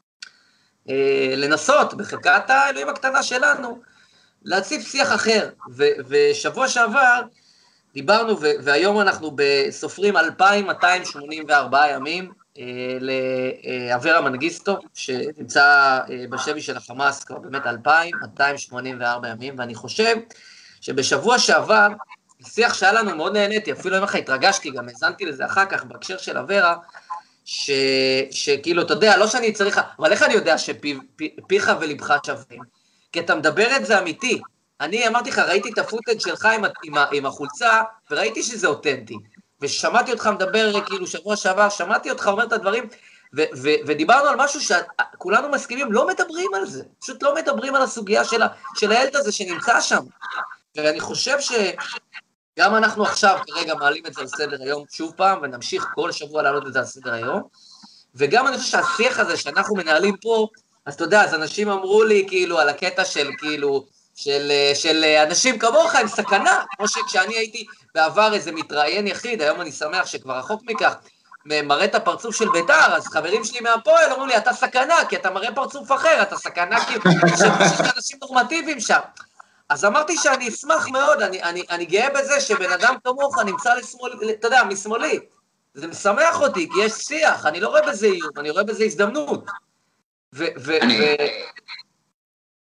לנסות בחלקת האלוהים הקטנה שלנו, להציף שיח אחר, ושבוע שעבר דיברנו, והיום אנחנו סופרים 2,284 ימים לאברה מנגיסטו, שנמצא בשבי של החמאס כבר באמת 2,284 ימים, ואני חושב שבשבוע שעבר, שיח שהיה לנו מאוד נהניתי, אפילו אם התרגשתי, גם הזנתי לזה אחר כך בהקשר של אברה, שכאילו, אתה יודע, לא שאני צריך, אבל איך אני יודע שפיך ולבך שווים? כי אתה מדבר את זה אמיתי. אני אמרתי לך, ראיתי את הפוטג' שלך עם החולצה, וראיתי שזה אותנטי. ושמעתי אותך מדבר, כאילו, שבוע שעבר, שמעתי אותך אומר את הדברים, ודיברנו על משהו שכולנו מסכימים, לא מדברים על זה. פשוט לא מדברים על הסוגיה של הילד הזה שנמצא שם. ואני חושב גם אנחנו עכשיו כרגע מעלים את זה על סדר היום שוב פעם, ונמשיך כל שבוע להעלות את זה על סדר היום, וגם אני חושב שהשיח הזה שאנחנו מנהלים פה, אז אתה יודע, אז אנשים אמרו לי כאילו על הקטע של כאילו, של אנשים כמוך עם סכנה, כמו שכשאני הייתי בעבר איזה מתראיין יחיד, היום אני שמח שכבר רחוק מכך, מראה את הפרצוף של בית"ר, אז חברים שלי מהפועל אמרו לי, אתה סכנה, כי אתה מראה פרצוף אחר, אתה סכנה כאילו, שיש אנשים נורמטיביים שם. אז אמרתי שאני אשמח מאוד, אני גאה בזה שבן אדם כמוך נמצא לשמאלי, אתה יודע, משמאלי. זה משמח אותי, כי יש שיח, אני לא רואה בזה איום, אני רואה בזה הזדמנות.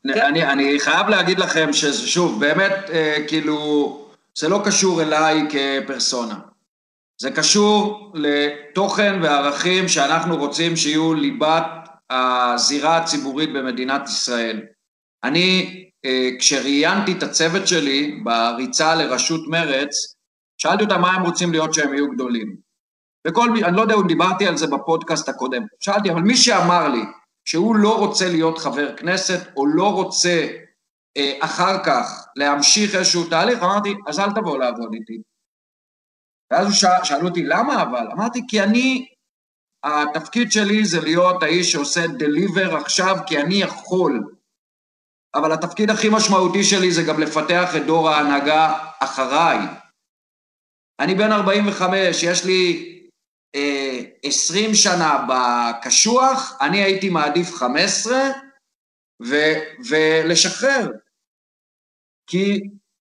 אני חייב להגיד לכם ששוב, באמת, כאילו, זה לא קשור אליי כפרסונה. זה קשור לתוכן וערכים שאנחנו רוצים שיהיו ליבת הזירה הציבורית במדינת ישראל. אני, כשראיינתי את הצוות שלי בריצה לראשות מרץ, שאלתי אותם מה הם רוצים להיות שהם יהיו גדולים. אני לא יודע אם דיברתי על זה בפודקאסט הקודם. שאלתי, אבל מי שאמר לי שהוא לא רוצה להיות חבר כנסת, או לא רוצה אחר כך להמשיך איזשהו תהליך, אמרתי, אז אל תבוא לעבוד איתי. ואז שאלו אותי, למה אבל? אמרתי, כי התפקיד שלי זה להיות האיש שעושה דליבר עכשיו, כי אני יכול. אבל התפקיד הכי משמעותי שלי זה גם לפתח את דור ההנהגה אחריי. אני בן 45, יש לי 20 שנה בקשוח, אני הייתי מעדיף 15, ולשחרר. כי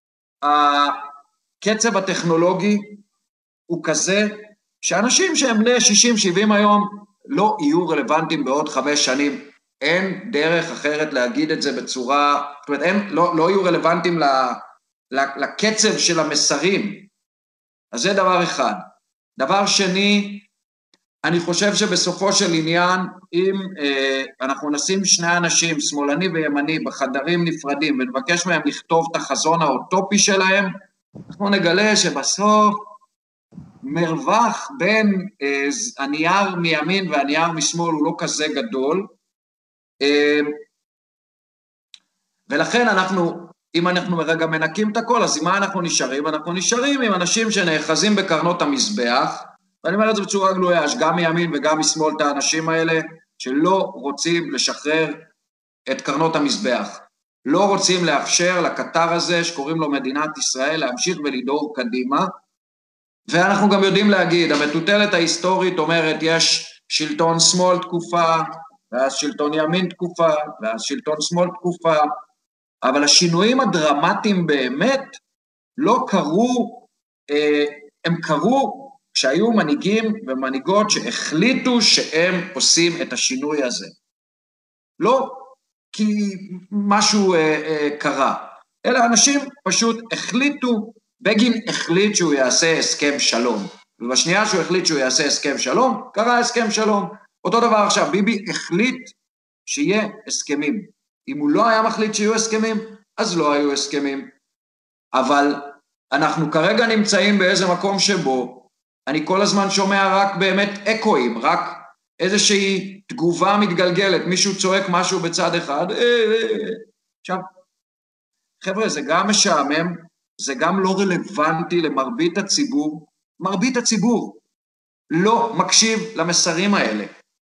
הקצב הטכנולוגי הוא כזה, שאנשים שהם בני 60-70 היום, לא יהיו רלוונטיים בעוד 5 שנים. אין דרך אחרת להגיד את זה בצורה, זאת אומרת, הם לא יהיו רלוונטיים לקצב של המסרים. אז זה דבר אחד. דבר שני, אני חושב שבסופו של עניין, אם אנחנו נשים שני אנשים, שמאלני וימני, בחדרים נפרדים, ונבקש מהם לכתוב את החזון האוטופי שלהם, אנחנו נגלה שבסוף מרווח בין הנייר מימין והנייר משמאל הוא לא כזה גדול, ולכן אם אנחנו רגע מנקים את הכל, אז עם מה אנחנו נשארים? אנחנו נשארים עם אנשים שנאחזים בקרנות המזבח, ואני אומר את זה בצורה גלויה, יש גם מימין וגם משמאל את האנשים האלה, שלא רוצים לשחרר את קרנות המזבח, לא רוצים לאפשר לקטר הזה, שקוראים לו מדינת ישראל, להמשיך ולדור קדימה, ואנחנו גם יודעים להגיד, המטוטלת ההיסטורית אומרת, יש שלטון שמאל תקופה, ואז שלטון ימין תקופה, ואז שלטון שמאל תקופה, אבל השינויים הדרמטיים באמת לא קרו, הם קרו כשהיו מנהיגים ומנהיגות שהחליטו שהם עושים את השינוי הזה. לא כי משהו קרה, אלא אנשים פשוט החליטו, בגין החליט שהוא יעשה הסכם שלום, ובשנייה שהוא החליט שהוא יעשה הסכם שלום, קרה הסכם שלום. אותו דבר עכשיו, ביבי החליט שיהיה הסכמים. אם הוא לא היה מחליט שיהיו הסכמים, אז לא היו הסכמים. אבל אנחנו כרגע נמצאים באיזה מקום שבו, אני כל הזמן שומע רק באמת אקואים, רק איזושהי תגובה מתגלגלת, מישהו צועק משהו בצד אחד, עכשיו, חבר'ה, זה גם משעמם, זה גם לא רלוונטי למרבית הציבור, מרבית הציבור לא מקשיב למסרים האלה.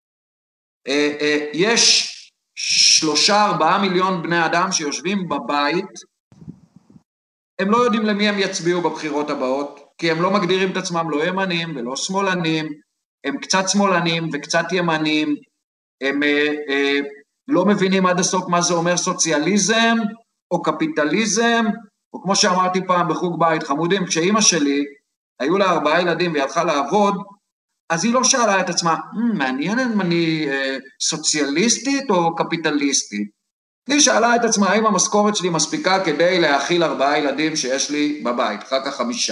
יש 3-4 מיליון בני אדם שיושבים בבית, הם לא יודעים למי הם יצביעו בבחירות הבאות, כי הם לא מגדירים את עצמם לא ימנים ולא שמאלנים, הם קצת שמאלנים וקצת ימנים, הם לא מבינים עד הסוף מה זה אומר סוציאליזם או קפיטליזם, או כמו שאמרתי פעם בחוג בית חמודים, כשאימא שלי היו לה 4 ילדים והיא הלכה לעבוד, אז היא לא שאלה את עצמה, מעניין אם אני סוציאליסטית או קפיטליסטית. היא שאלה את עצמה, האם המשכורת שלי מספיקה כדי להאכיל 4 ילדים שיש לי בבית, אחר כך 5.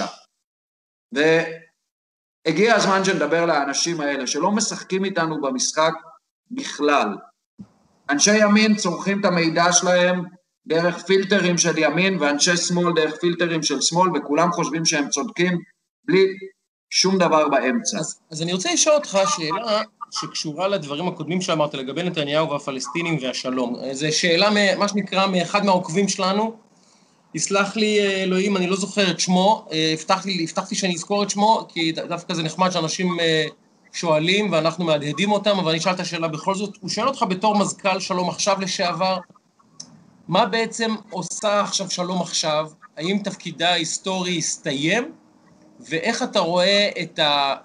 והגיע הזמן שנדבר לאנשים האלה, שלא משחקים איתנו במשחק בכלל. אנשי ימין צורכים את המידע שלהם דרך פילטרים של ימין, ואנשי שמאל דרך פילטרים של שמאל, וכולם חושבים שהם צודקים, בלי שום דבר באמצע. אז אני רוצה לשאול אותך שאלה שקשורה לדברים הקודמים שאמרת, לגבי נתניהו והפלסטינים והשלום. זו שאלה, מה שנקרא, מאחד מהעוקבים שלנו, יסלח לי אלוהים, אני לא זוכר את שמו, הבטחתי שאני אזכור את שמו, כי דווקא זה נחמד שאנשים שואלים ואנחנו מהדהדים אותם, אבל אני אשאל את השאלה בכל זאת. הוא שואל אותך בתור מזכ"ל שלום עכשיו לשעבר, מה בעצם עושה עכשיו שלום עכשיו? האם תפקידה ההיסטורי הסתיים? ואיך אתה רואה את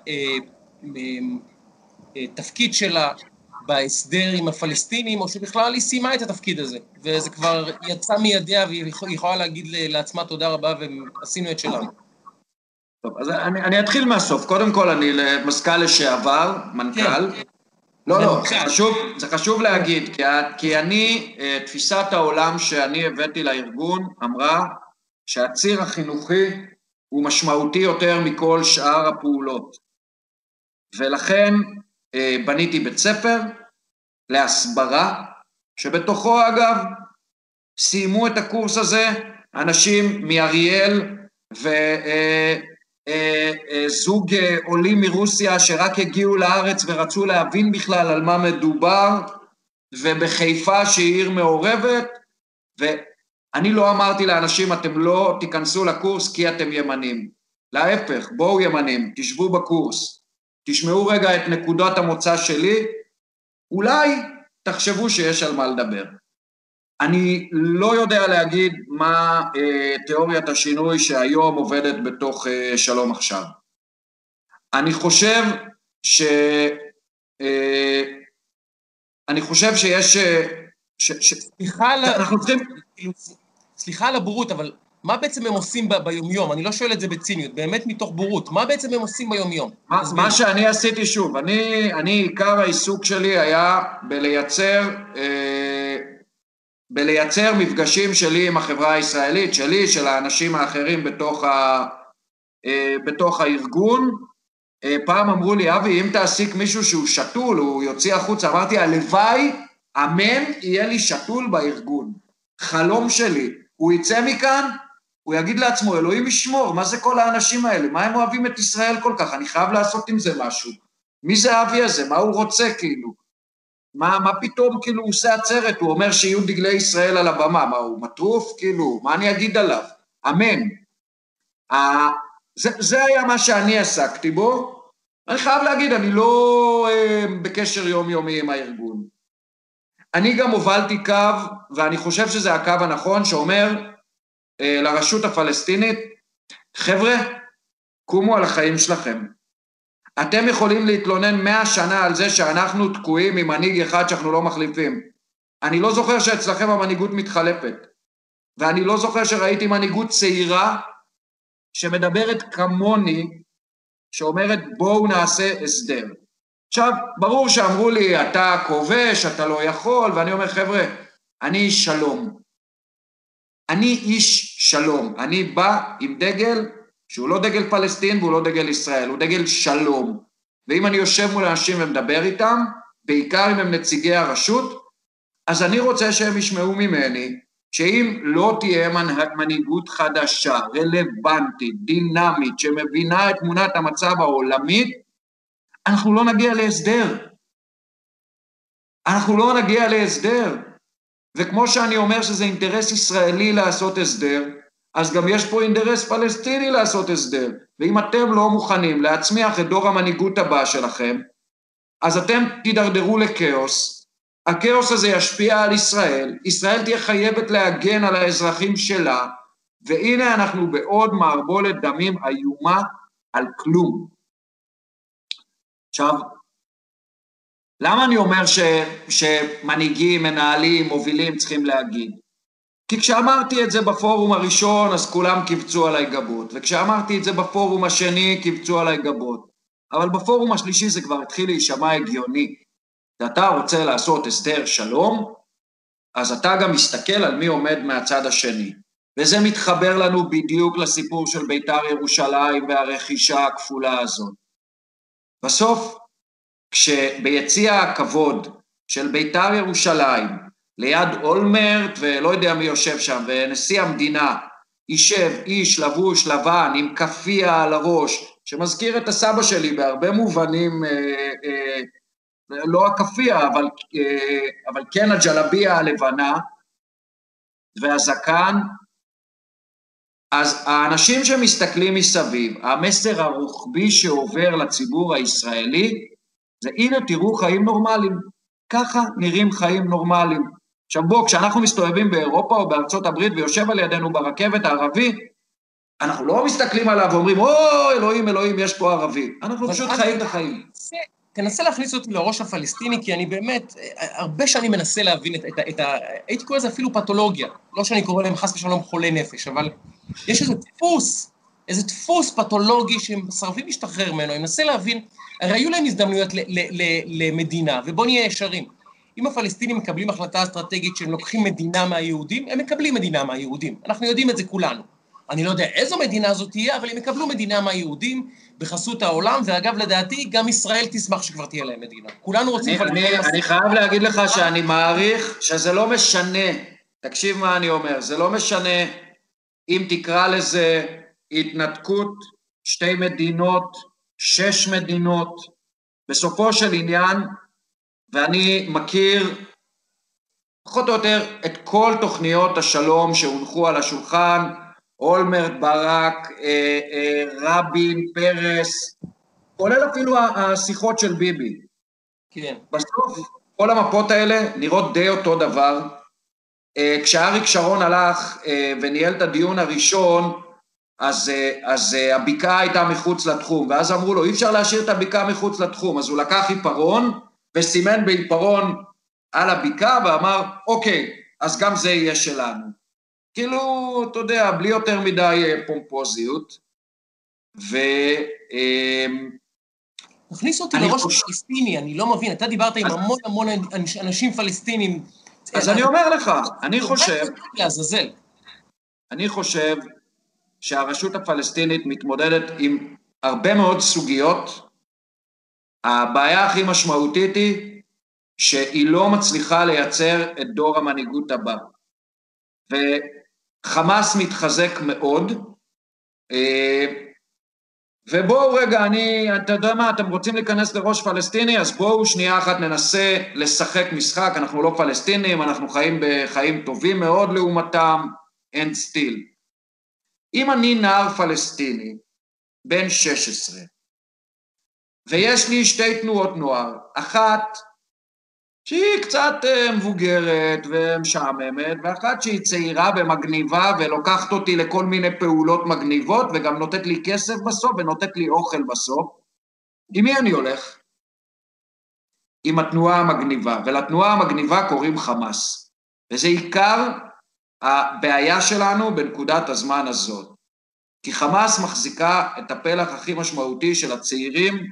התפקיד שלה בהסדר עם הפלסטינים, או שבכלל היא סיימה את התפקיד הזה, וזה כבר יצא מידיה, והיא יכולה להגיד לעצמה תודה רבה, ועשינו את שלנו. טוב, אז אני אתחיל מהסוף. קודם כל, אני מזכ"ל לשעבר, מנכ"ל. לא, זה חשוב להגיד, כי אני, תפיסת העולם שאני הבאתי לארגון, אמרה שהציר החינוכי הוא משמעותי יותר מכל שאר הפעולות. ולכן בניתי בית ספר להסברה, שבתוכו אגב סיימו את הקורס הזה אנשים מאריאל וזוג עולים מרוסיה שרק הגיעו לארץ ורצו להבין בכלל על מה מדובר, ובחיפה שהיא עיר מעורבת, ואני לא אמרתי לאנשים אתם לא תיכנסו לקורס כי אתם ימנים, להפך, בואו ימנים, תשבו בקורס, תשמעו רגע את נקודת המוצא שלי, אולי תחשבו שיש על מה לדבר. אני לא יודע להגיד מה תיאוריית השינוי שהיום עובדת בתוך שלום עכשיו. אני חושב שיש... סליחה על הבורות, אבל מה בעצם הם עושים ביומיום? אני לא שואל את זה בציניות, באמת מתוך בורות. מה בעצם הם עושים ביומיום? מה שאני עשיתי שוב, עיקר העיסוק שלי היה בלייצר מפגשים שלי עם החברה הישראלית, של האנשים האחרים בתוך הארגון. פעם אמרו לי, אבי, אם תעסיק מישהו שהוא שתול, הוא יוציא החוצה, אמרתי, הלוואי, אמן, יהיה לי שתול בארגון. חלום שלי, הוא יצא מכאן, הוא יגיד לעצמו, אלוהים ישמור, מה זה כל האנשים האלה? מה הם אוהבים את ישראל כל כך? אני חייב לעשות עם זה משהו. מי זה אבי הזה? מה הוא רוצה כאילו? מה פתאום כאילו הוא עושה עצרת? הוא אומר שיהיו דגלי ישראל על הבמה. מה הוא מטרוף? כאילו, מה אני אגיד עליו? אמן. זה היה מה שאני עסקתי בו. אני חייב להגיד, אני לא בקשר יומיומי עם הארגון. אני גם הובלתי קו, ואני חושב שזה הקו הנכון, שאומר לרשות הפלסטינית, חבר'ה, קומו על החיים שלכם. אתם יכולים להתלונן 100 שנה על זה שאנחנו תקועים עם מנהיג אחד שאנחנו לא מחליפים. אני לא זוכר שאצלכם המנהיגות מתחלפת, ואני לא זוכר שראיתי מנהיגות צעירה שמדברת כמוני, שאומרת בואו נעשה הסדר. עכשיו, ברור שאמרו לי, אתה כובש, אתה לא יכול, ואני אומר, חבר'ה, אני איש שלום. אני איש שלום. אני בא עם דגל, שהוא לא דגל פלסטין והוא לא דגל ישראל, הוא דגל שלום. ואם אני יושב מול אנשים ומדבר איתם, בעיקר אם הם נציגי הרשות, אז אני רוצה שהם ישמעו ממני, שאם לא תהיה מנהיגות חדשה, רלוונטית, דינמית, שמבינה את תמונת המצב העולמית, אנחנו לא נגיע להסדר. אנחנו לא נגיע להסדר. וכמו שאני אומר שזה אינטרס ישראלי לעשות הסדר, אז גם יש פה אינטרס פלסטיני לעשות הסדר. ואם אתם לא מוכנים להצמיח את דור המנהיגות הבא שלכם, אז אתם תידרדרו לקאוס. הקאוס הזה ישפיע על ישראל. ישראל תהיה חייבת להגן על האזרחים שלה, והנה אנחנו בעוד מערבולת דמים איומה על כלום. עכשיו, למה אני אומר שמנהיגים, מנהלים, מובילים צריכים להגיד? כי כשאמרתי את זה בפורום הראשון, אז כולם קיבצו עליי גבות, וכשאמרתי את זה בפורום השני, קיבצו עליי גבות. אבל בפורום השלישי זה כבר התחיל להישמע הגיוני. ואתה רוצה לעשות הסדר שלום, אז אתה גם מסתכל על מי עומד מהצד השני. וזה מתחבר לנו בדיוק לסיפור של בית"ר ירושלים והרכישה הכפולה הזאת. בסוף, כשביציע הכבוד של בית"ר ירושלים, ליד אולמרט ולא יודע מי יושב שם, ונשיא המדינה יישב איש לבוש לבן עם כפיה על הראש, שמזכיר את הסבא שלי בהרבה מובנים, לא הכפיה, אבל כן הג'לביה הלבנה, והזקן, אז האנשים שמסתכלים מסביב, המסר הרוחבי שעובר לציבור הישראלי, זה הנה תראו חיים נורמליים, ככה נראים חיים נורמליים. עכשיו בוא, כשאנחנו מסתובבים באירופה או בארצות הברית ויושב על ידינו ברכבת הערבי, אנחנו לא מסתכלים עליו ואומרים, או אלוהים, אלוהים, יש פה ערבי. אנחנו פשוט חיים את החיים. תנסה להכניס אותי לראש הפלסטיני, כי אני באמת, הרבה שנים מנסה להבין הייתי קורא לזה אפילו פתולוגיה, לא שאני קורא להם חס ושלום חולי נפש, אבל יש איזה דפוס איזה דפוס פתולוגי שהם מסרבים להשתחרר ממנו, אני מנסה להבין, הרי היו להם הזדמנויות למדינה, ובוא נהיה ישרים. אם הפלסטינים מקבלים החלטה אסטרטגית שהם לוקחים מדינה מהיהודים, הם מקבלים מדינה מהיהודים, אנחנו יודעים את זה כולנו. אני לא יודע איזו מדינה זאת תהיה, אבל הם יקבלו מדינה מהיהודים בחסות העולם, ואגב, לדעתי, גם ישראל תשמח שכבר תהיה להם מדינה. כולנו רוצים... אני חייב להגיד לך שאני מעריך שזה לא משנה, תקשיב מה אני אומר, זה לא משנה אם תקרא לזה התנתקות, 2 מדינות, 6 מדינות, בסופו של עניין, ואני מכיר פחות או יותר את כל תוכניות השלום שהונחו על השולחן, אולמרט, ברק, רבין, פרס, כולל אפילו השיחות של ביבי. כן. בסוף, כל המפות האלה נראות די אותו דבר. כשאריק שרון הלך וניהל את הדיון הראשון, אז הבקעה הייתה מחוץ לתחום, ואז אמרו לו, אי אפשר להשאיר את הבקעה מחוץ לתחום, אז הוא לקח עיפרון, וסימן בעיפרון על הבקעה, ואמר, אוקיי, אז גם זה יהיה שלנו. כאילו, אתה יודע, בלי יותר מדי פומפוזיות, תכניס אותי לראש פלסטיני, אני לא מבין, אתה דיברת עם המון אנשים פלסטינים. אז אני אומר לך, אני חושב שהרשות הפלסטינית מתמודדת עם הרבה מאוד סוגיות, הבעיה הכי משמעותית היא שהיא לא מצליחה לייצר את דור המנהיגות הבא, וחמאס מתחזק מאוד, ובואו רגע, אתה יודע מה, אתם רוצים להיכנס לראש פלסטיני, אז בואו שנייה אחת ננסה לשחק משחק, אנחנו לא פלסטינים, אנחנו חיים בחיים טובים מאוד לעומתם, and still. אם אני נער פלסטיני, בן 16, ויש לי 2 תנועות נוער, אחת שהיא קצת מבוגרת ומשעממת, ואחת שהיא צעירה ומגניבה ולוקחת אותי לכל מיני פעולות מגניבות, וגם נותנת לי כסף בסוף ונותנת לי אוכל בסוף. עם מי אני הולך? עם התנועה המגניבה, ולתנועה המגניבה קוראים חמאס. וזה עיקר הבעיה שלנו בנקודת הזמן הזאת. כי חמאס מחזיקה את הפלח הכי משמעותי של הצעירים,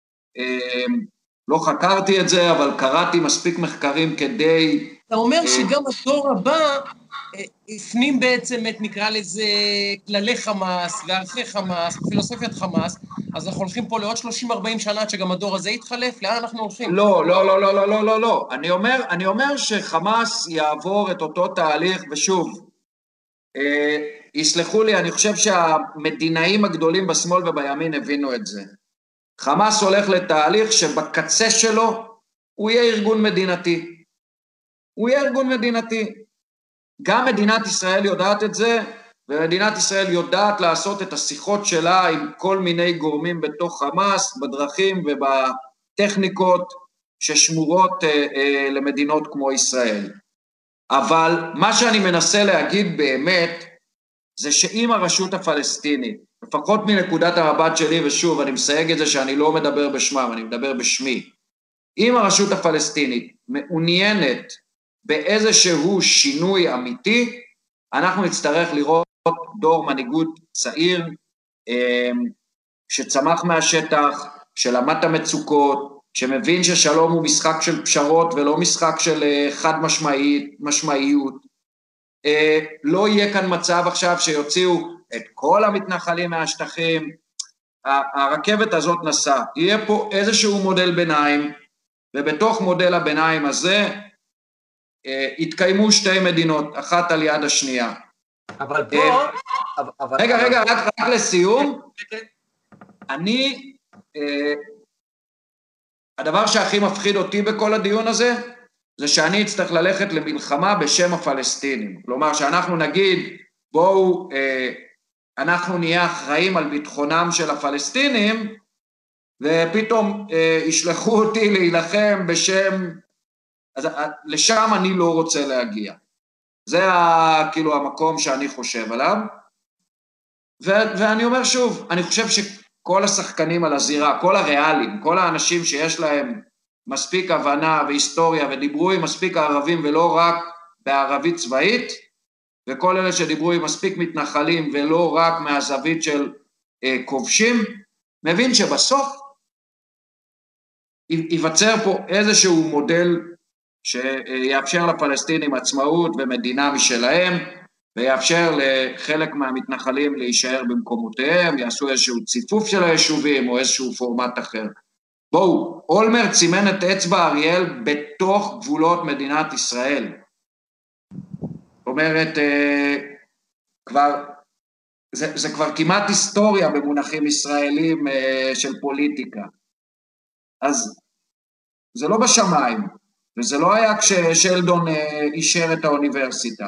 לא חקרתי את זה, אבל קראתי מספיק מחקרים כדי... אתה אומר שגם הדור הבא הפנים בעצם את, נקרא לזה, כללי חמאס וערכי חמאס, פילוסופיית חמאס, אז אנחנו הולכים פה לעוד 30-40 שנה שגם הדור הזה יתחלף, לאן אנחנו הולכים? לא. אני אומר שחמאס יעבור את אותו תהליך, ושוב, יסלחו לי, אני חושב שהמדינאים הגדולים בשמאל ובימין הבינו את זה. חמאס הולך לתהליך שבקצה שלו הוא יהיה ארגון מדינתי. הוא יהיה ארגון מדינתי. גם מדינת ישראל יודעת את זה, ומדינת ישראל יודעת לעשות את השיחות שלה עם כל מיני גורמים בתוך חמאס, בדרכים ובטכניקות ששמורות למדינות כמו ישראל. אבל מה שאני מנסה להגיד באמת, זה שאם הרשות הפלסטינית, לפחות מנקודת המבט שלי, ושוב, אני מסייג את זה שאני לא מדבר בשמם, אני מדבר בשמי, אם הרשות הפלסטינית מעוניינת באיזשהו שינוי אמיתי, אנחנו נצטרך לראות דור מנהיגות צעיר, שצמח מהשטח, שלמד את המצוקות, שמבין ששלום הוא משחק של פשרות, ולא משחק של חד משמעיות. לא יהיה כאן מצב עכשיו שיוציאו את כל המתנחלים מהשטחים, הרכבת הזאת נסעה, יהיה פה איזשהו מודל ביניים, ובתוך מודל הביניים הזה, התקיימו 2 מדינות, אחת על יד השנייה. אבל פה... רגע, רק לסיום, הדבר שהכי מפחיד אותי בכל הדיון הזה, זה שאני אצטרך ללכת למלחמה בשם הפלסטינים. כלומר, שאנחנו נגיד, בואו, אנחנו נהיה אחראים על ביטחונם של הפלסטינים, ופתאום ישלחו אותי להילחם בשם, אז לשם אני לא רוצה להגיע. זה כאילו המקום שאני חושב עליו, ואני אומר שוב, אני חושב שכל השחקנים על הזירה, כל הריאלים, כל האנשים שיש להם מספיק הבנה והיסטוריה, ודיברו עם מספיק הערבים ולא רק בערבית צבאית, וכל אלה שדיברו עם מספיק מתנחלים ולא רק מהזווית של כובשים, מבין שבסוף ייווצר פה איזשהו מודל שיאפשר לפלסטינים עצמאות ומדינה משלהם, ויאפשר לחלק מהמתנחלים להישאר במקומותיהם, יעשו איזשהו ציפוף של היישובים או איזשהו פורמט אחר. בואו, אולמרט סימן את אצבע אריאל בתוך גבולות מדינת ישראל. זאת אומרת, זה כבר כמעט היסטוריה במונחים ישראלים של פוליטיקה. אז זה לא בשמיים, וזה לא היה כששלדון אישר את האוניברסיטה.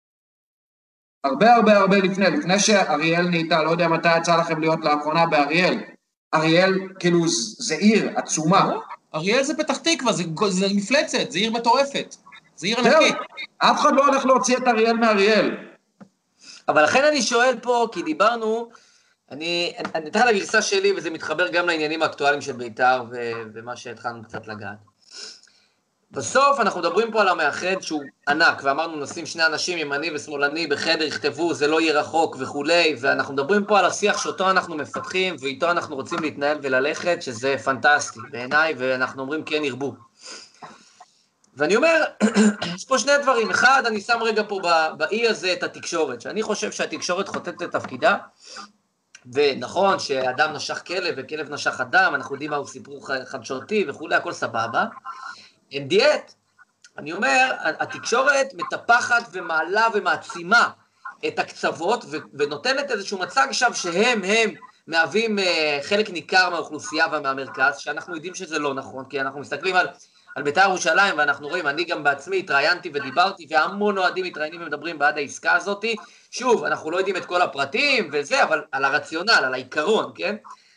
הרבה לפני שאריאל נהייתה, לא יודע מתי יצא לכם להיות לאחרונה באריאל, אריאל כאילו זה עיר עצומה. אריאל זה פתח תקווה, זה מפלצת, זה עיר מטורפת, זה עיר ענקית. אף אחד לא הולך להוציא את אריאל מאריאל. אבל לכן אני שואל פה, כי דיברנו, אני אתן לך לגרסה שלי, וזה מתחבר גם לעניינים האקטואליים של בית"ר, ומה שהתחלנו קצת לגעת. בסוף אנחנו מדברים פה על המאחד שהוא ענק, ואמרנו נשים שני אנשים ימני ושמאלני בחדר, יכתבו, זה לא יהיה רחוק וכולי, ואנחנו מדברים פה על השיח שאותו אנחנו מפתחים, ואיתו אנחנו רוצים להתנהל וללכת, שזה פנטסטי בעיניי, ואנחנו אומרים כן ירבו. ואני אומר, יש פה שני דברים. אחד, אני שם רגע פה באי הזה את התקשורת, שאני חושב שהתקשורת חוטאת את תפקידה, ונכון שאדם נשך כלב וכלב נשך אדם, אנחנו יודעים מהו סיפור חדשותי וכולי, הכל סבבה. אין דיאט. אני אומר, התקשורת מטפחת ומעלה ומעצימה את הקצוות, ונותנת איזשהו מצג שם שהם מהווים חלק ניכר מהאוכלוסייה ומהמרכז, שאנחנו יודעים שזה לא נכון, כי אנחנו מסתכלים על בית"ר ירושלים, ואנחנו רואים, אני גם בעצמי התראיינתי ודיברתי, והמון אוהדים מתראיינים ומדברים בעד העסקה הזאת. שוב, אנחנו לא יודעים את כל הפרטים וזה, אבל על הרציונל, על העיקרון, כן?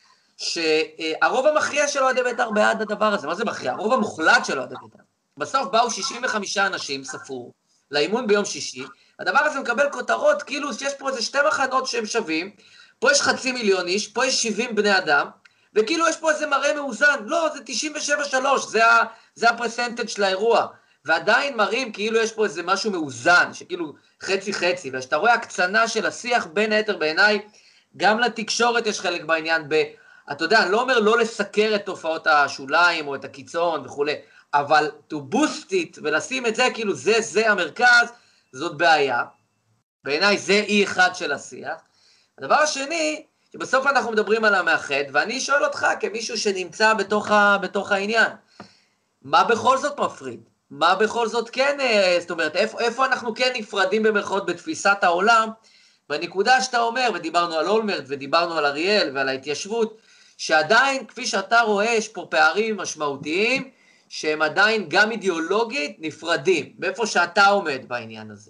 שהרוב המכריע של אוהדי בית"ר בעד הדבר הזה. מה זה מכריע? הרוב המוחלט של אוהדי בית"ר. בסוף באו 65 אנשים, ספרו, לאימון ביום שישי. הדבר הזה מקבל כותרות, כאילו שיש פה איזה שתי מחנות שהם שווים, פה יש 500,000 איש, פה יש 70 בני אדם, וכאילו יש פה איזה מראה מאוזן. לא, זה 97-3, זה הפרסנטג' של האירוע. ועדיין מראים כאילו יש פה איזה משהו מאוזן, שכאילו חצי-חצי, ושאתה רואה הקצנה של השיח בין היתר בעיניי, גם לתקשורת יש חלק בעניין אתה יודע, אני לא אומר לא לסקר את תופעות השוליים או את הקיצון וכו', אבל to boost it ולשים את זה כאילו זה המרכז, זאת בעיה. בעיניי זה אי אחד של השיח. הדבר השני, שבסוף אנחנו מדברים על המאחד, ואני שואל אותך כמישהו שנמצא בתוך העניין, מה בכל זאת מפריד? מה בכל זאת כן, זאת אומרת, איפה אנחנו כן נפרדים במרכאות בתפיסת העולם, בנקודה שאתה אומר, ודיברנו על אולמרט, ודיברנו על אריאל ועל ההתיישבות, שעדיין, כפי שאתה רואה, יש פה פערים משמעותיים, שהם עדיין גם אידיאולוגית נפרדים, באיפה שאתה עומד בעניין הזה.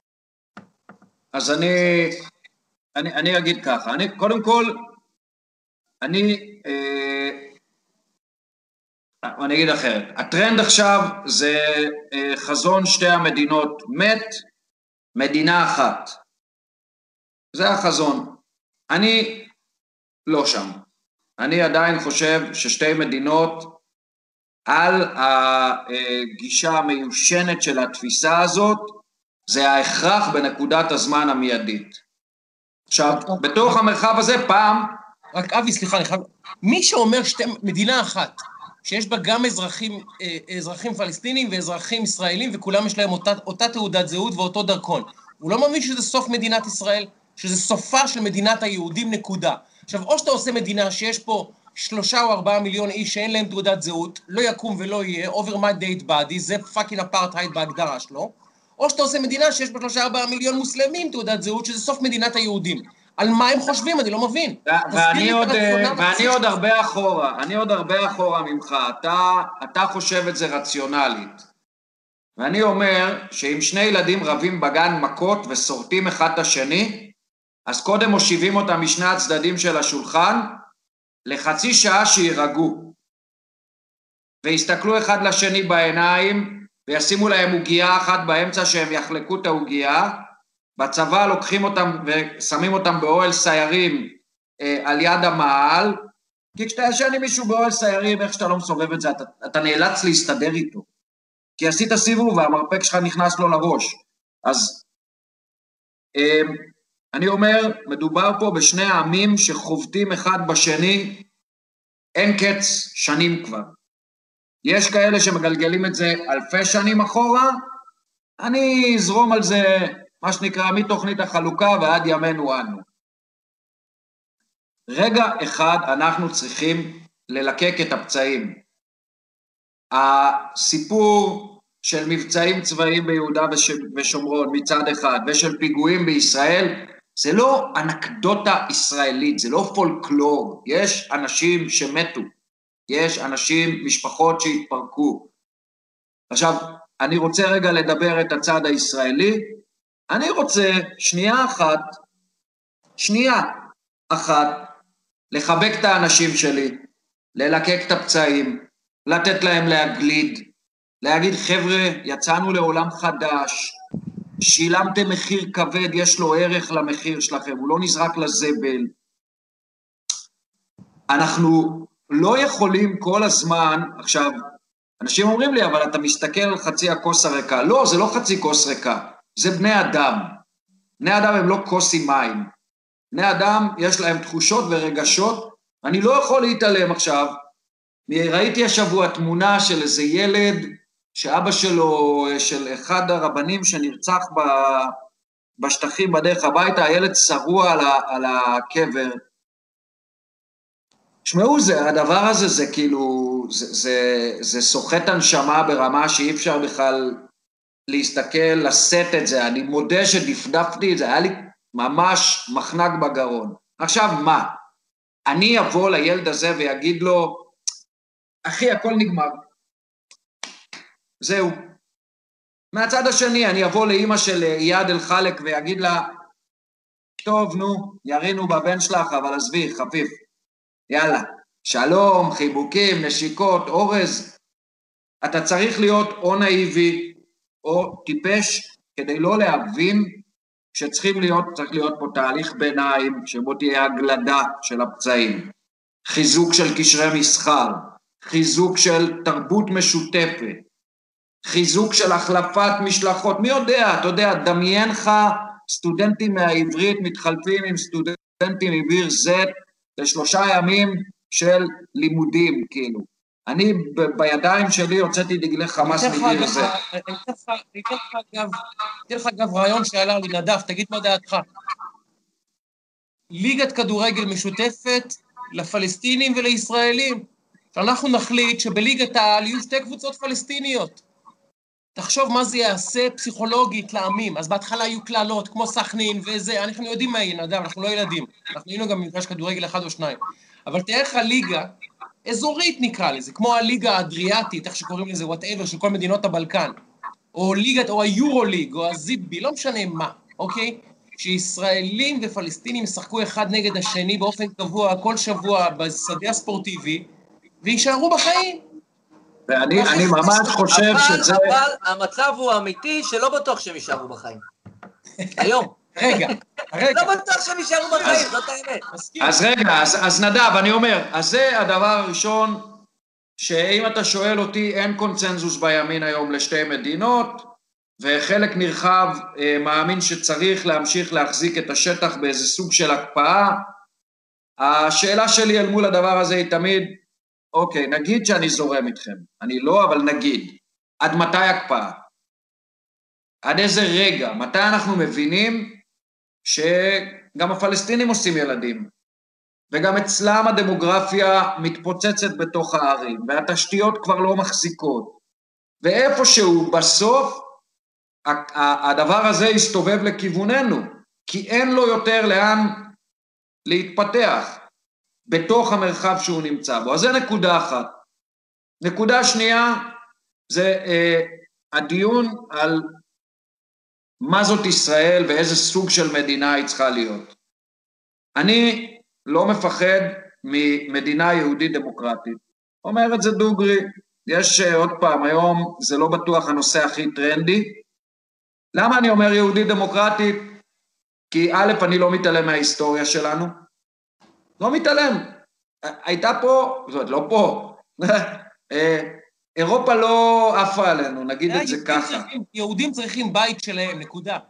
אז אני אגיד ככה, קודם כל, אני אגיד אחרת, הטרנד עכשיו זה חזון שתי המדינות מת, מדינה אחת. זה החזון. אני לא שם. אני עדיין חושב ששתי מדינות על הגישה המיושנת של התפיסה הזאת, זה ההכרח בנקודת הזמן המיידית. עכשיו, בתוך המרחב הזה פעם... רק אבי, סליחה, מי שאומר מדינה אחת, שיש בה גם אזרחים פלסטינים ואזרחים ישראלים, וכולם יש להם אותה תעודת זהות ואותו דרכון, הוא לא מאמין שזה סוף מדינת ישראל, שזה סופה של מדינת היהודים נקודה. עכשיו, או שאתה עושה מדינה שיש פה 3 או 4 מיליון איש שאין להם תעודת זהות, לא יקום ולא יהיה, over my dead body, זה פאקינג אפרטהייד בהגדרה שלו, או שאתה עושה מדינה שיש בה 3-4 מיליון מוסלמים תעודת זהות, שזה סוף מדינת היהודים. על מה הם חושבים? אני לא מבין. ואני עוד הרבה אחורה ממך, אתה חושב את זה רציונלית. ואני אומר שאם שני ילדים רבים בגן מכות וסורטים אחד את השני, אז קודם מושיבים אותם משני הצדדים של השולחן, לחצי שעה שירגעו, ויסתכלו אחד לשני בעיניים, וישימו להם עוגיה אחת באמצע שהם יחלקו את העוגיה, בצבא לוקחים אותם ושמים אותם באוהל סיירים על יד המעל, כי כשאתה ישן עם מישהו באוהל סיירים, איך שאתה לא מסובב את זה, אתה נאלץ להסתדר איתו, כי עשית סיבוב והמרפק שלך נכנס לו לראש. אז אני אומר, מדובר פה בשני העמים שחובטים אחד בשני, אין קץ שנים כבר. יש כאלה שמגלגלים את זה אלפי שנים אחורה, אני אזרום על זה, מה שנקרא, מתוכנית החלוקה ועד ימינו אנו. רגע אחד אנחנו צריכים ללקק את הפצעים. הסיפור של מבצעים צבאיים ביהודה ושומרון מצד אחד, ושל פיגועים בישראל, זה לא אנקדוטה ישראלית, זה לא פולקלור, יש אנשים שמתו, יש אנשים, משפחות שהתפרקו. עכשיו, אני רוצה רגע לדבר את הצד הישראלי, אני רוצה שנייה אחת, לחבק את האנשים שלי, ללקק את הפצעים, לתת להם להגליד, להגיד חבר'ה, יצאנו לעולם חדש, שילמתם מחיר כבד, יש לו ערך למחיר שלכם, הוא לא נזרק לזבל. אנחנו לא יכולים כל הזמן, עכשיו, אנשים אומרים לי, אבל אתה מסתכל על חצי הכוס הריקה. לא, זה לא חצי כוס ריקה, זה בני אדם. בני אדם הם לא כוס עם מים. בני אדם יש להם תחושות ורגשות, אני לא יכול להתעלם עכשיו. ראיתי השבוע תמונה של איזה ילד, שאבא שלו, של אחד הרבנים שנרצח בשטחים בדרך הביתה, הילד שרוע על הקבר. שמעו, הדבר הזה זה כאילו, זה סוחט הנשמה ברמה שאי אפשר בכלל להסתכל, לשאת את זה. אני מודה שדפדפתי את זה, היה לי ממש מחנק בגרון. עכשיו מה? אני אבוא לילד הזה ויגיד לו, אחי, הכל נגמר. זהו. מהצד השני, אני אבוא לאמא של איאד אל חלק ויגיד לה, טוב, נו, ירינו בבן שלך, אבל עזבי, חפיף. יאללה, שלום, חיבוקים, נשיקות, אורז. אתה צריך להיות או נאיבי או טיפש כדי לא להבין שצריך להיות פה תהליך ביניים שבו תהיה הגלדה של הפצעים, חיזוק של קשרי מסחר, חיזוק של תרבות משותפת, חיזוק של החלפת משלחות. מי יודע, אתה יודע, דמיין לך סטודנטים מהעברית מתחלפים עם סטודנטים מביר זית ל3 ימים של לימודים, כאילו. אני בידיים שלי הוצאתי דגלי חמאס מביר זית. אני אתן לך אגב רעיון שעלה לי, נדב, תגיד מה דעתך. ליגת כדורגל משותפת לפלסטינים ולישראלים. אנחנו נחליט שבליגת העל יהיו 2 קבוצות פלסטיניות. תחשוב מה זה יעשה פסיכולוגית לעמים. אז בהתחלה יהיו כללות, כמו סכנין וזה, אנחנו יודעים מה יהיה, נדב, אנחנו לא ילדים. אנחנו היינו גם במגרש כדורגל 1 או 2. אבל תראה לך ליגה אזורית נקרא לזה, כמו הליגה האדריאטית, איך שקוראים לזה, whatever, של כל מדינות הבלקן. או ליגת, או היורוליג, או הזיבי, לא משנה מה, אוקיי? שישראלים ופלסטינים ישחקו אחד נגד השני באופן קבוע, כל שבוע בשדה הספורטיבי, וישארו בחיים. ואני ממש חושב שזה... אבל המצב הוא אמיתי שלא בטוח שהם יישארו בחיים. היום. רגע. לא בטוח שהם יישארו בחיים, זאת האמת. אז רגע, אז נדב, אני אומר, אז זה הדבר הראשון, שאם אתה שואל אותי, אין קונצנזוס בימין היום לשתי מדינות, וחלק נרחב מאמין שצריך להמשיך להחזיק את השטח באיזה סוג של הקפאה. השאלה שלי אל מול הדבר הזה היא תמיד, אוקיי, נגיד שאני זורם איתכם, אני לא, אבל נגיד, עד מתי הקפאה? עד איזה רגע? מתי אנחנו מבינים שגם הפלסטינים עושים ילדים, וגם אצלם הדמוגרפיה מתפוצצת בתוך הערים, והתשתיות כבר לא מחזיקות, ואיפשהו בסוף, הדבר הזה יסתובב לכיווננו, כי אין לו יותר לאן להתפתח בתוך המרחב שהוא נמצא בו. אז זה נקודה אחת. נקודה שנייה, זה הדיון על מה זאת ישראל ואיזה סוג של מדינה היא צריכה להיות. אני לא מפחד ממדינה יהודית דמוקרטית. אומר את זה דוגרי, יש עוד פעם, היום זה לא בטוח הנושא הכי טרנדי. למה אני אומר יהודית דמוקרטית? כי א', אני לא מתעלם מההיסטוריה שלנו. לא מתעלם. הייתה פה, זאת לא פה, אירופה לא עפה עלינו, נגיד את זה ככה. יהודים צריכים בית שלהם, נקודה.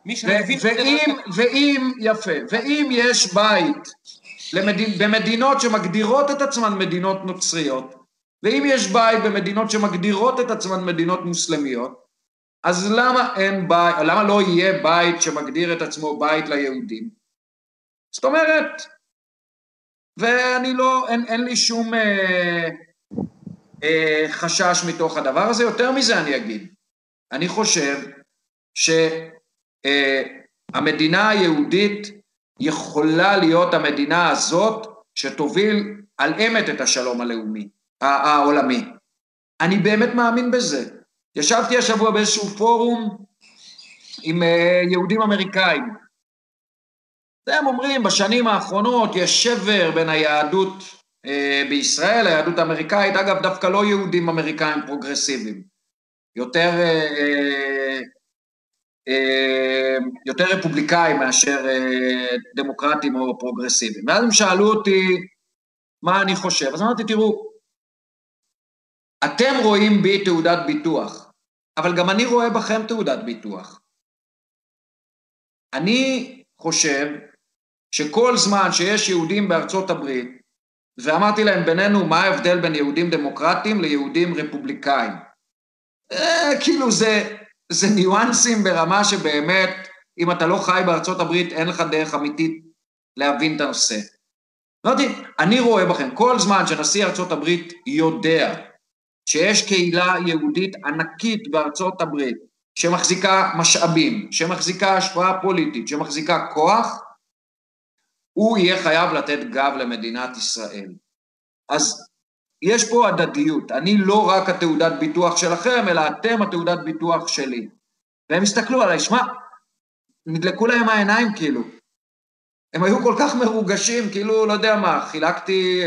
ואם יש בית במדינות שמגדירות את עצמן מדינות נוצריות, ואם יש בית במדינות שמגדירות את עצמן מדינות מוסלמיות, אז למה לא יהיה בית שמגדיר את עצמו בית ליהודים? זאת אומרת, אין לי שום חשש מתוך הדבר הזה. יותר מזה אני אגיד, אני חושב שהמדינה היהודית יכולה להיות המדינה הזאת שתוביל על אמת את השלום העולמי. אני באמת מאמין בזה. ישבתי השבוע באיזשהו פורום עם יהודים אמריקאים. הם אומרים, בשנים האחרונות יש שבר בין היהדות בישראל, היהדות האמריקאית, אגב דווקא לא יהודים אמריקאים פרוגרסיביים, יותר רפובליקאים מאשר דמוקרטים או פרוגרסיביים. ואז הם שאלו אותי מה אני חושב, אז אמרתי, תראו, אתם רואים בי תעודת ביטוח, אבל גם אני רואה בכם תעודת ביטוח. אני חושב שכל זמן שיש יהודים בארצות הברית, ואמרתי להם בינינו מה ההבדל בין יהודים דמוקרטיים ליהודים רפובליקאים, כאילו זה ניואנסים ברמה שבאמת, אם אתה לא חי בארצות הברית, אין לך דרך אמיתית להבין את הנושא. אמרתי, אני רואה בכם, כל זמן שנשיא ארצות הברית יודע שיש קהילה יהודית ענקית בארצות הברית, שמחזיקה משאבים, שמחזיקה השפעה פוליטית, שמחזיקה כוח, הוא יהיה חייב לתת גב למדינת ישראל. אז יש פה הדדיות, אני לא רק התעודת ביטוח שלכם, אלא אתם התעודת ביטוח שלי. והם הסתכלו עליי, שמע, נדלקו להם העיניים כאילו. הם היו כל כך מרוגשים, כאילו, לא יודע מה, חילקתי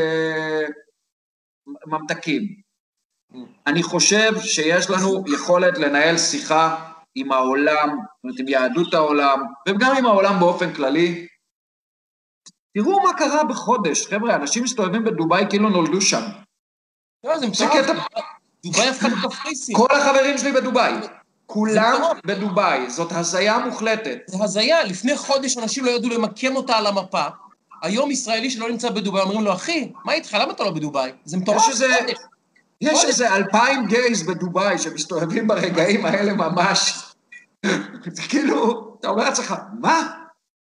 ממתקים. אני חושב שיש לנו יכולת לנהל שיחה עם העולם, זאת אומרת, עם יהדות העולם, וגם עם העולם באופן כללי. תראו מה קרה בחודש, חבר'ה, אנשים מסתובבים בדוביי כאילו נולדו שם. לא, זה מטורף, דוביי הפכה לקפריסין. כל החברים שלי בדוביי, כולם בדוביי, זאת הזיה מוחלטת. זה הזיה, לפני חודש אנשים לא ידעו למקם אותה על המפה, היום ישראלי שלא נמצא בדוביי, אומרים לו, אחי, מה איתך, למה אתה לא בדוביי? זה מטורף. יש איזה 2,000 גייז בדוביי שמסתובבים ברגעים האלה ממש. זה כאילו, אתה אומר לעצמך, מה?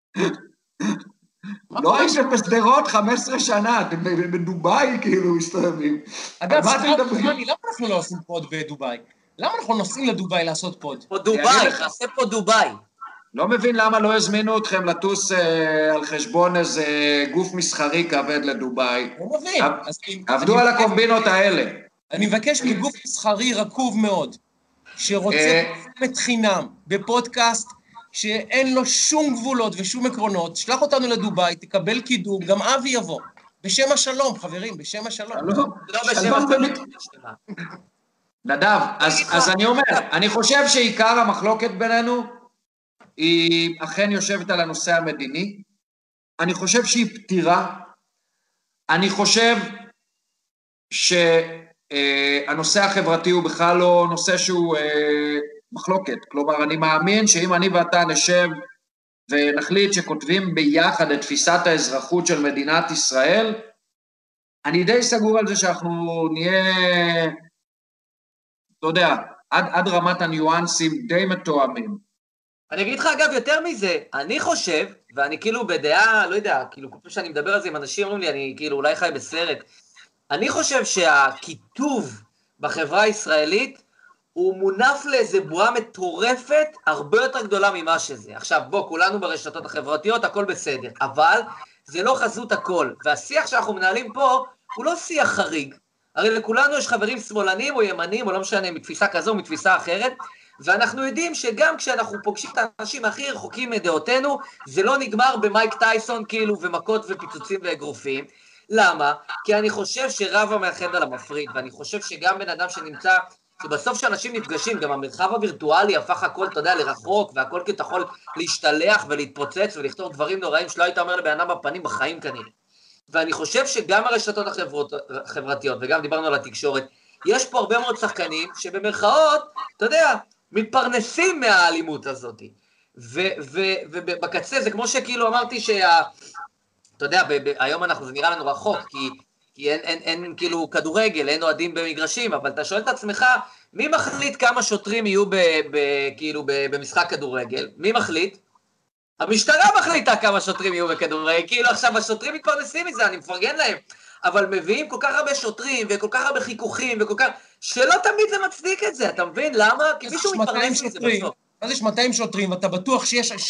לא הייתם בשדרות 15 שנה, אתם בדוביי כאילו מסתובבים. אגב, למה אנחנו לא עושים פוד בדוביי? למה אנחנו נוסעים לדוביי לעשות פוד? פה דוביי, נעשה פה דוביי. לא מבין למה לא הזמינו אתכם לטוס על חשבון איזה גוף מסחרי כבד לדוביי. לא מבין. עבדו על הקומבינות האלה. אני מבקש מגוף מסחרי רקוב מאוד, שרוצה את חינם בפודקאסט, שאין לו שום גבולות ושום עקרונות, שלח אותנו לדוביי, תקבל קידום, גם אבי יבוא. בשם השלום, חברים, בשם השלום. לא בשם השלום. נדב, אז אני אומר, אני חושב שעיקר המחלוקת בינינו, היא אכן יושבת על הנושא המדיני, אני חושב שהיא פתירה, אני חושב שהנושא החברתי הוא בכלל לא נושא שהוא מחלוקת, כלומר אני מאמין שאם אני ואתה נשב ונחליט שכותבים ביחד את תפיסת האזרחות של מדינת ישראל, אני די סגור על זה שאנחנו נהיה, אתה יודע, עד רמת הניואנסים די מתואמים. אני אגיד לך אגב יותר מזה, אני חושב, ואני כאילו בדעה, לא יודע, כאילו כל פעם שאני מדבר על זה עם אנשים אומרים לי, אני כאילו אולי חי בסרט, אני חושב שהכיתוב בחברה הישראלית הוא מונף לאיזה בועה מטורפת הרבה יותר גדולה ממה שזה. עכשיו בוא, כולנו ברשתות החברתיות, הכל בסדר, אבל זה לא חזות הכל, והשיח שאנחנו מנהלים פה הוא לא שיח חריג. הרי לכולנו יש חברים שמאלנים או ימנים, או לא משנה, מתפיסה כזו או מתפיסה אחרת, ואנחנו יודעים שגם כשאנחנו פוגשים את האנשים הכי רחוקים מדעותינו, זה לא נגמר במייק טייסון כאילו, ומכות ופיצוצים ואגרופים. למה? כי אני חושב שרב המאחד על המפריד, ואני חושב שגם בן אדם שנמצא, שבסוף שאנשים נפגשים, גם המרחב הווירטואלי הפך הכל, אתה יודע, לרחוק, והכל כי אתה יכול להשתלח ולהתפוצץ ולכתוב דברים נוראים שלא היית אומר לבן אדם בפנים בחיים כנראה. ואני חושב שגם הרשתות החברתיות, וגם דיברנו על התקשורת, יש פה הרבה מאוד שבמרכאות, אתה יודע, מתפרנסים מהאלימות הזאת. ובקצה זה כמו שכאילו אמרתי אתה יודע, היום זה נראה לנו רחוק, כי אין כאילו כדורגל, אין אוהדים במגרשים, אבל אתה שואל את עצמך, מי מחליט כמה שוטרים יהיו כאילו במשחק כדורגל? מי מחליט? המשטרה מחליטה כמה שוטרים יהיו בכדורגל, כאילו עכשיו השוטרים מתפרנסים מזה, אני מפרגן להם, אבל מביאים כל כך הרבה שוטרים, וכל כך הרבה חיכוכים, שלא תמיד זה מצדיק את זה, אתה מבין? למה? כי מישהו מתפרנס מזה בסוף. אז יש 200 שוטרים, ואתה בטוח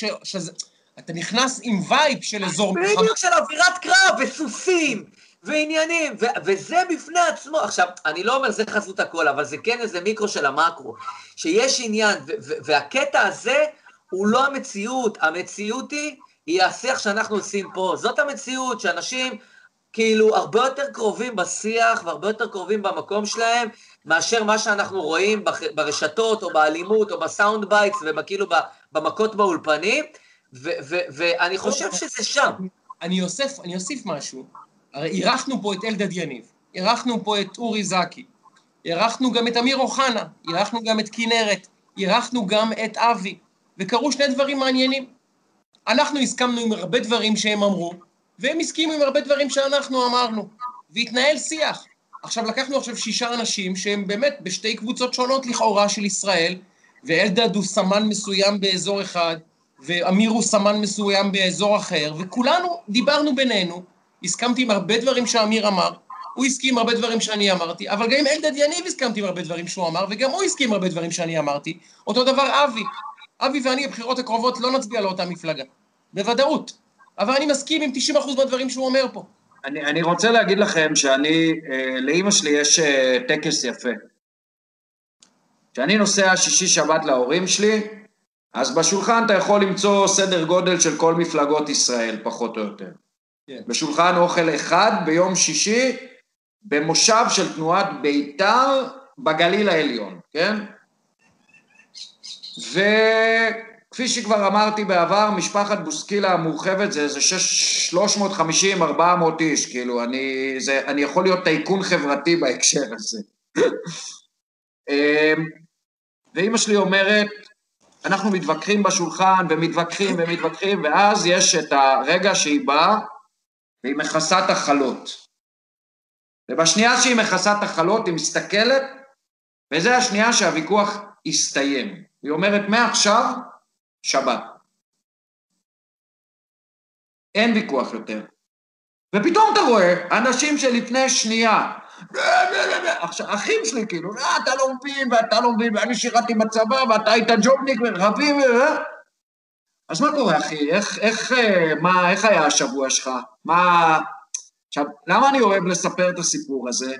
אתה נכנס עם וייב של אזור מלחמה. בדיוק של אווירת קרב, וסוסים, ועניינים, וזה בפני עצמו. עכשיו, אני לא אומר זה חזות הכל, אבל זה כן איזה מיקרו של המקרו, שיש עניין, והקטע הזה הוא לא המציאות, המציאות היא השיח שאנחנו עושים פה, זאת המציאות שאנשים כאילו הרבה יותר קרובים בשיח, והרבה יותר קרובים במקום שלהם, מאשר מה שאנחנו רואים ברשתות, או באלימות, או בסאונד בייטס, וכאילו במכות באולפנים, ואני חושב שזה שם. אני אוסיף משהו. הרי אירחנו פה את אלדד יניב, אירחנו פה את אורי זקי, אירחנו גם את אמיר אוחנה, אירחנו גם את כנרת, אירחנו גם את אבי, וקרו שני דברים מעניינים. אנחנו הסכמנו עם הרבה דברים שהם אמרו, והם הסכימו עם הרבה דברים שאנחנו אמרנו, והתנהל שיח. עכשיו לקחנו 6 אנשים שהם באמת בשתי קבוצות שונות לכאורה של ישראל, ואלדד הוא סמן מסוים באזור אחד, ואמיר הוא סמן מסוים באזור אחר, וכולנו דיברנו בינינו, הסכמתי עם הרבה דברים שאמיר אמר, הוא הסכים עם הרבה דברים שאני אמרתי, אבל גם עם אלדד יניב הסכמתי עם הרבה דברים שהוא אמר, וגם הוא הסכים עם הרבה דברים שאני אמרתי. אותו דבר אבי ואני בבחירות הקרובות לא נצביע לאותה מפלגה, בוודאות, אבל אני מסכים עם 90% מהדברים שהוא אומר פה. אני רוצה להגיד לכם לאמא שלי יש טקס יפה. כשאני נוסע שישי שבת להורים שלי, אז בשולחן אתה יכול למצוא סדר גודל של כל מפלגות ישראל, פחות או יותר. Yeah. בשולחן אוכל אחד ביום שישי, במושב של תנועת בית"ר בגליל העליון, כן? וכפי שכבר אמרתי בעבר, משפחת בוסקילה המורחבת זה 350-400 איש, כאילו, אני יכול להיות טייקון חברתי בהקשר הזה. ואמא שלי אומרת, אנחנו מתווכחים בשולחן ומתווכחים, ואז יש את הרגע שהיא באה, והיא מכסה את החלות. ובשנייה שהיא מכסה את החלות, היא מסתכלת, וזה השנייה שהוויכוח הסתיים. היא אומרת, מעכשיו, שבת. אין ויכוח יותר. ופתאום אתה רואה, אנשים שלפני שנייה, אחים שלי כאילו, אתה לא מבין, ואתה לא מבין, ואני שירתי בצבא, ואתה היית ג'ובניק, ורבים, אז מה קורה, אחי? איך היה השבוע שלך? עכשיו, למה אני אוהב לספר את הסיפור הזה?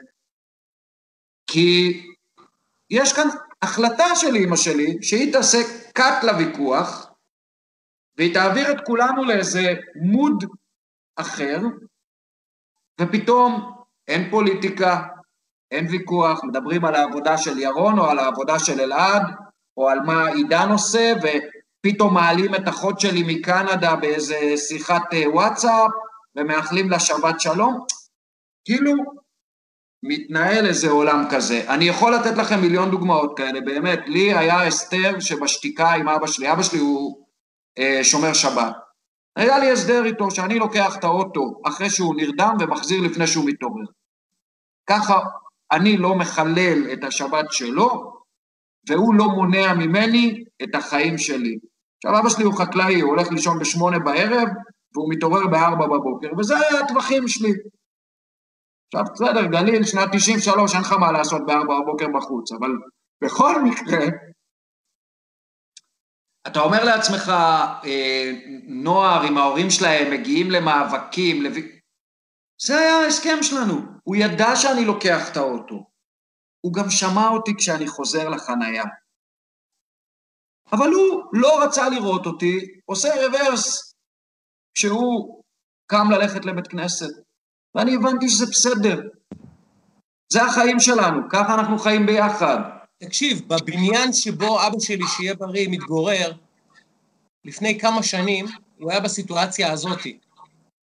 כי יש כאן החלטה של אמא שלי, שהיא תעשה קאט לוויכוח, והיא תעביר את כולנו לאיזה מוד אחר, ופתאום אין פוליטיקה, אין ויכוח, מדברים על העבודה של ירון, או על העבודה של אלעד, או על מה עידן עושה, ופתאום מעלים את אחות שלי מקנדה באיזה שיחת וואטסאפ, ומאחלים לה שבת שלום, כאילו מתנהל איזה עולם כזה. אני יכול לתת לכם מיליון דוגמאות כאלה, באמת, לי היה הסתר שבשתיקה עם אבא שלי, אבא שלי הוא שומר שבת, היה לי הסדר איתו שאני לוקח את האוטו אחרי שהוא נרדם ומחזיר לפני שהוא מתעורר. ככה אני לא מחלל את השבת שלו, והוא לא מונע ממני את החיים שלי. עכשיו אבא שלי הוא חקלאי, הוא הולך לישון ב8 בערב, והוא מתעורר ב4 בבוקר, וזה היה הטווחים שלי. עכשיו בסדר, גליל, שנת 93, אין לך מה לעשות ב4 בבוקר בחוץ, אבל בכל מקרה, אתה אומר לעצמך, נוער עם ההורים שלהם מגיעים למאבקים, זה היה ההסכם שלנו, הוא ידע שאני לוקח את האוטו, הוא גם שמע אותי כשאני חוזר לחנייה, אבל הוא לא רצה לראות אותי, עושה רוורס, כשהוא קם ללכת לבית כנסת, ואני הבנתי שזה בסדר, זה החיים שלנו, ככה אנחנו חיים ביחד. תקשיב, בבניין שבו אבא שלי שיהיה בריא מתגורר, לפני כמה שנים, הוא היה בסיטואציה הזאת.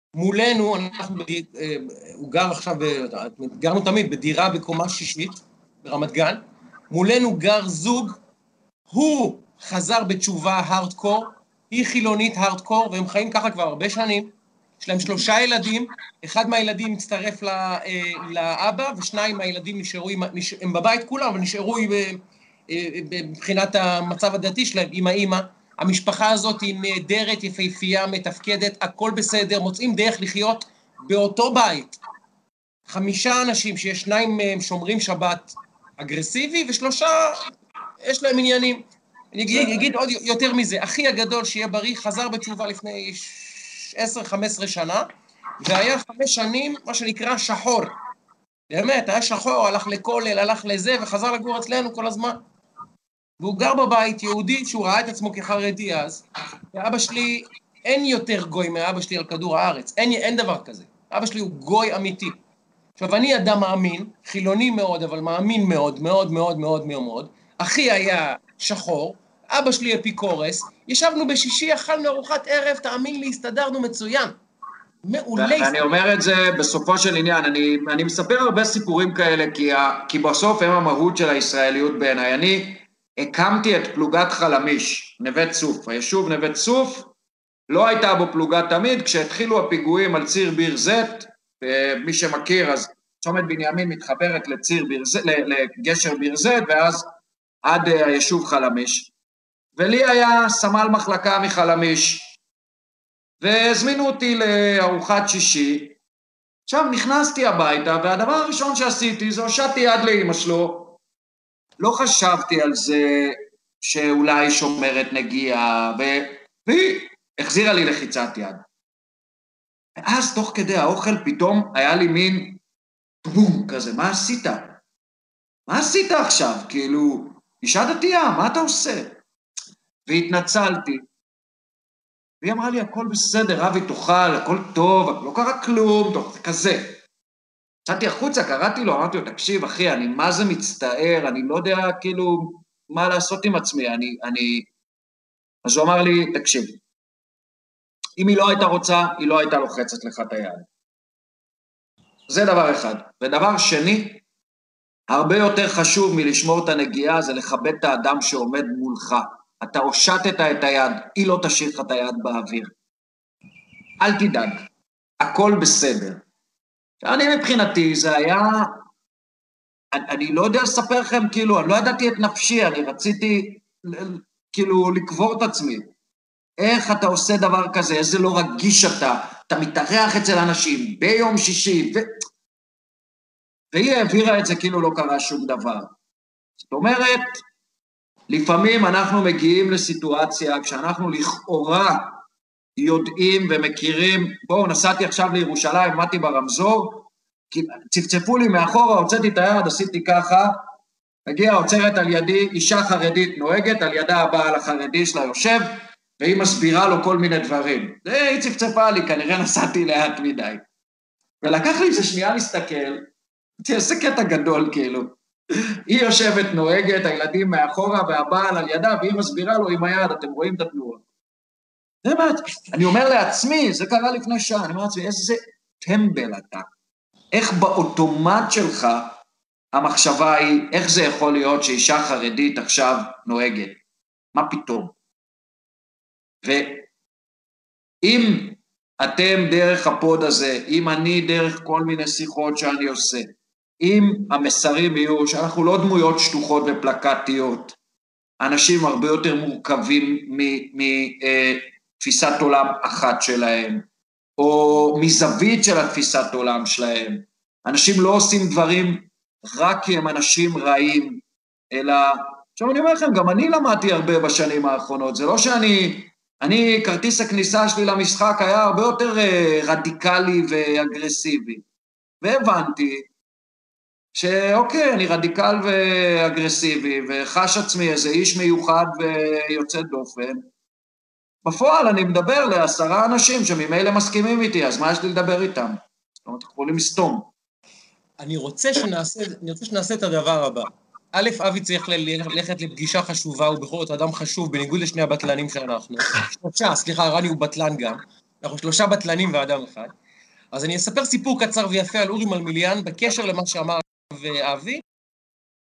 מולנו, הוא גר עכשיו, גרנו תמיד בדירה בקומה שישית, ברמת גן, מולנו גר זוג, הוא חזר בתשובה הארדקור, היא חילונית הארדקור, והם חיים ככה כבר הרבה שנים, יש להם 3 ילדים, אחד מהילדים מצטרף לאבא, ושניים מהילדים נשארו, הם בבית כולם, אבל נשארו מבחינת המצב הדתי שלהם, עם האמא. המשפחה הזאת היא נהדרת, יפהפייה, מתפקדת, הכל בסדר, מוצאים דרך לחיות באותו בית. 5 אנשים שיש 2 מהם שומרים שבת אגרסיבי, ו3 יש להם עניינים. אני אגיד עוד יותר מזה, אחי הגדול שיהיה בריא, חזר בתשובה לפני 10-15 שנה, והיה 5 שנים, מה שנקרא שחור. באמת, היה שחור, הלך לכולל, הלך לזה, וחזר לגור אצלנו כל הזמן. והוא גר בבית יהודי, שהוא ראה את עצמו כחרדי אז, ואבא שלי, אין יותר גוי מאבא שלי על כדור הארץ, אין דבר כזה. אבא שלי הוא גוי אמיתי. עכשיו, אני אדם מאמין, חילוני מאוד, אבל מאמין מאוד, מאוד, מאוד, מאוד, מאוד. אחי היה שחור, אבא שלי אפיקורס, ישבנו בשישי, אכלנו ארוחת ערב, תאמין לי, הסתדרנו מצוין. מעולה. ואני אומר את זה בסופו של עניין, אני מספר הרבה סיפורים כאלה, כי בסוף הם המהות של הישראליות בעיניי. אני הקמתי את פלוגת חלמיש, נווה צוף. היישוב נווה צוף, לא הייתה בו פלוגה תמיד, כשהתחילו הפיגועים על ציר ביר זית, מי שמכיר, אז צומת בנימין מתחברת לגשר ביר זית, ואז עד היישוב חלמיש. ולי היה סמל מחלקה מחלמיש, והזמינו אותי לארוחת שישי. עכשיו נכנסתי הביתה, והדבר הראשון שעשיתי זה הושטתי יד לאמא שלו, לא חשבתי על זה שאולי שומרת נגיעה, והיא החזירה לי לחיצת יד. ואז תוך כדי האוכל פתאום היה לי מין בום כזה, מה עשית? מה עשית עכשיו? כאילו, אישה דתייה, מה אתה עושה? והתנצלתי, והיא אמרה לי, הכל בסדר, אבי תאכל, הכל טוב, לא קרה כלום, טוב, זה כזה. יצאתי החוצה, קראתי לו, אמרתי לו, תקשיב, אחי, אני מה זה מצטער, אני לא יודע, כאילו, מה לעשות עם עצמי, אז הוא אמר לי, תקשיב, אם היא לא הייתה רוצה, היא לא הייתה לוחצת לך את היד. זה דבר אחד. ודבר שני, הרבה יותר חשוב מלשמור את הנגיעה, זה לכבד את האדם שעומד מולך. אתה הושטת את היד, היא לא תשאיר לך את היד באוויר. אל תדאג, הכל בסדר. אני מבחינתי, זה היה, אני לא יודע לספר לכם, כאילו, אני לא ידעתי את נפשי, אני רציתי, כאילו, לקבור את עצמי. איך אתה עושה דבר כזה, איזה לא רגיש אתה מתארח אצל אנשים ביום שישי, והיא העבירה את זה כאילו לא קרה שום דבר. זאת אומרת, לפעמים אנחנו מגיעים לסיטואציה, כשאנחנו לכאורה יודעים ומכירים, בואו, נסעתי עכשיו לירושלים, עמדתי ברמזור, צפצפו לי מאחורה, הוצאתי את היד, עשיתי ככה, הגיעה, עוצרת על ידי, אישה חרדית נוהגת, על ידה הבעל החרדי שלה יושב, והיא מסבירה לו כל מיני דברים. היא צפצפה לי, כנראה נסעתי לאט מדי. ולקח לי איזה שנייה להסתכל, תעשה קטע גדול כאילו. היא יושבת נוהגת, הילדים מאחורה והבעל על ידה, והיא מסבירה לו עם היד, אתם רואים את התנועה. זה מה, אני אומר לעצמי, זה קרה לפני שעה, אני אומר לעצמי, איזה טמבל אתה. איך באוטומט שלך המחשבה היא, איך זה יכול להיות שאישה חרדית עכשיו נוהגת? מה פתאום? ואם אתם דרך הפוד הזה, אם אני דרך כל מיני שיחות שאני עושה, אם המסרים יהיו שאנחנו לא דמויות שטוחות ופלקטיות, אנשים הרבה יותר מורכבים מתפיסת עולם אחת שלהם, או מזווית של התפיסת עולם שלהם, אנשים לא עושים דברים רק כי הם אנשים רעים, אלא, עכשיו אני אומר לכם, גם אני למדתי הרבה בשנים האחרונות, זה לא אני, כרטיס הכניסה שלי למשחק היה הרבה יותר רדיקלי ואגרסיבי, והבנתי שאוקיי, אני רדיקל ואגרסיבי, וחש עצמי איזה איש מיוחד ויוצא דופן, בפועל אני מדבר ל10 אנשים שממילא מסכימים איתי, אז מה יש לי לדבר איתם? זאת אומרת, יכולים לסתום. אני רוצה שנעשה את הדבר הבא. א', אבי צריך ללכת לפגישה חשובה, הוא בכל זאת אדם חשוב, בניגוד לשני הבטלנים שאנחנו. 3, רני הוא בטלן גם. אנחנו 3 בטלנים ואדם אחד. אז אני אספר סיפור קצר ויפה על אורי מלמיליאן, בקשר למה שאמר אבי,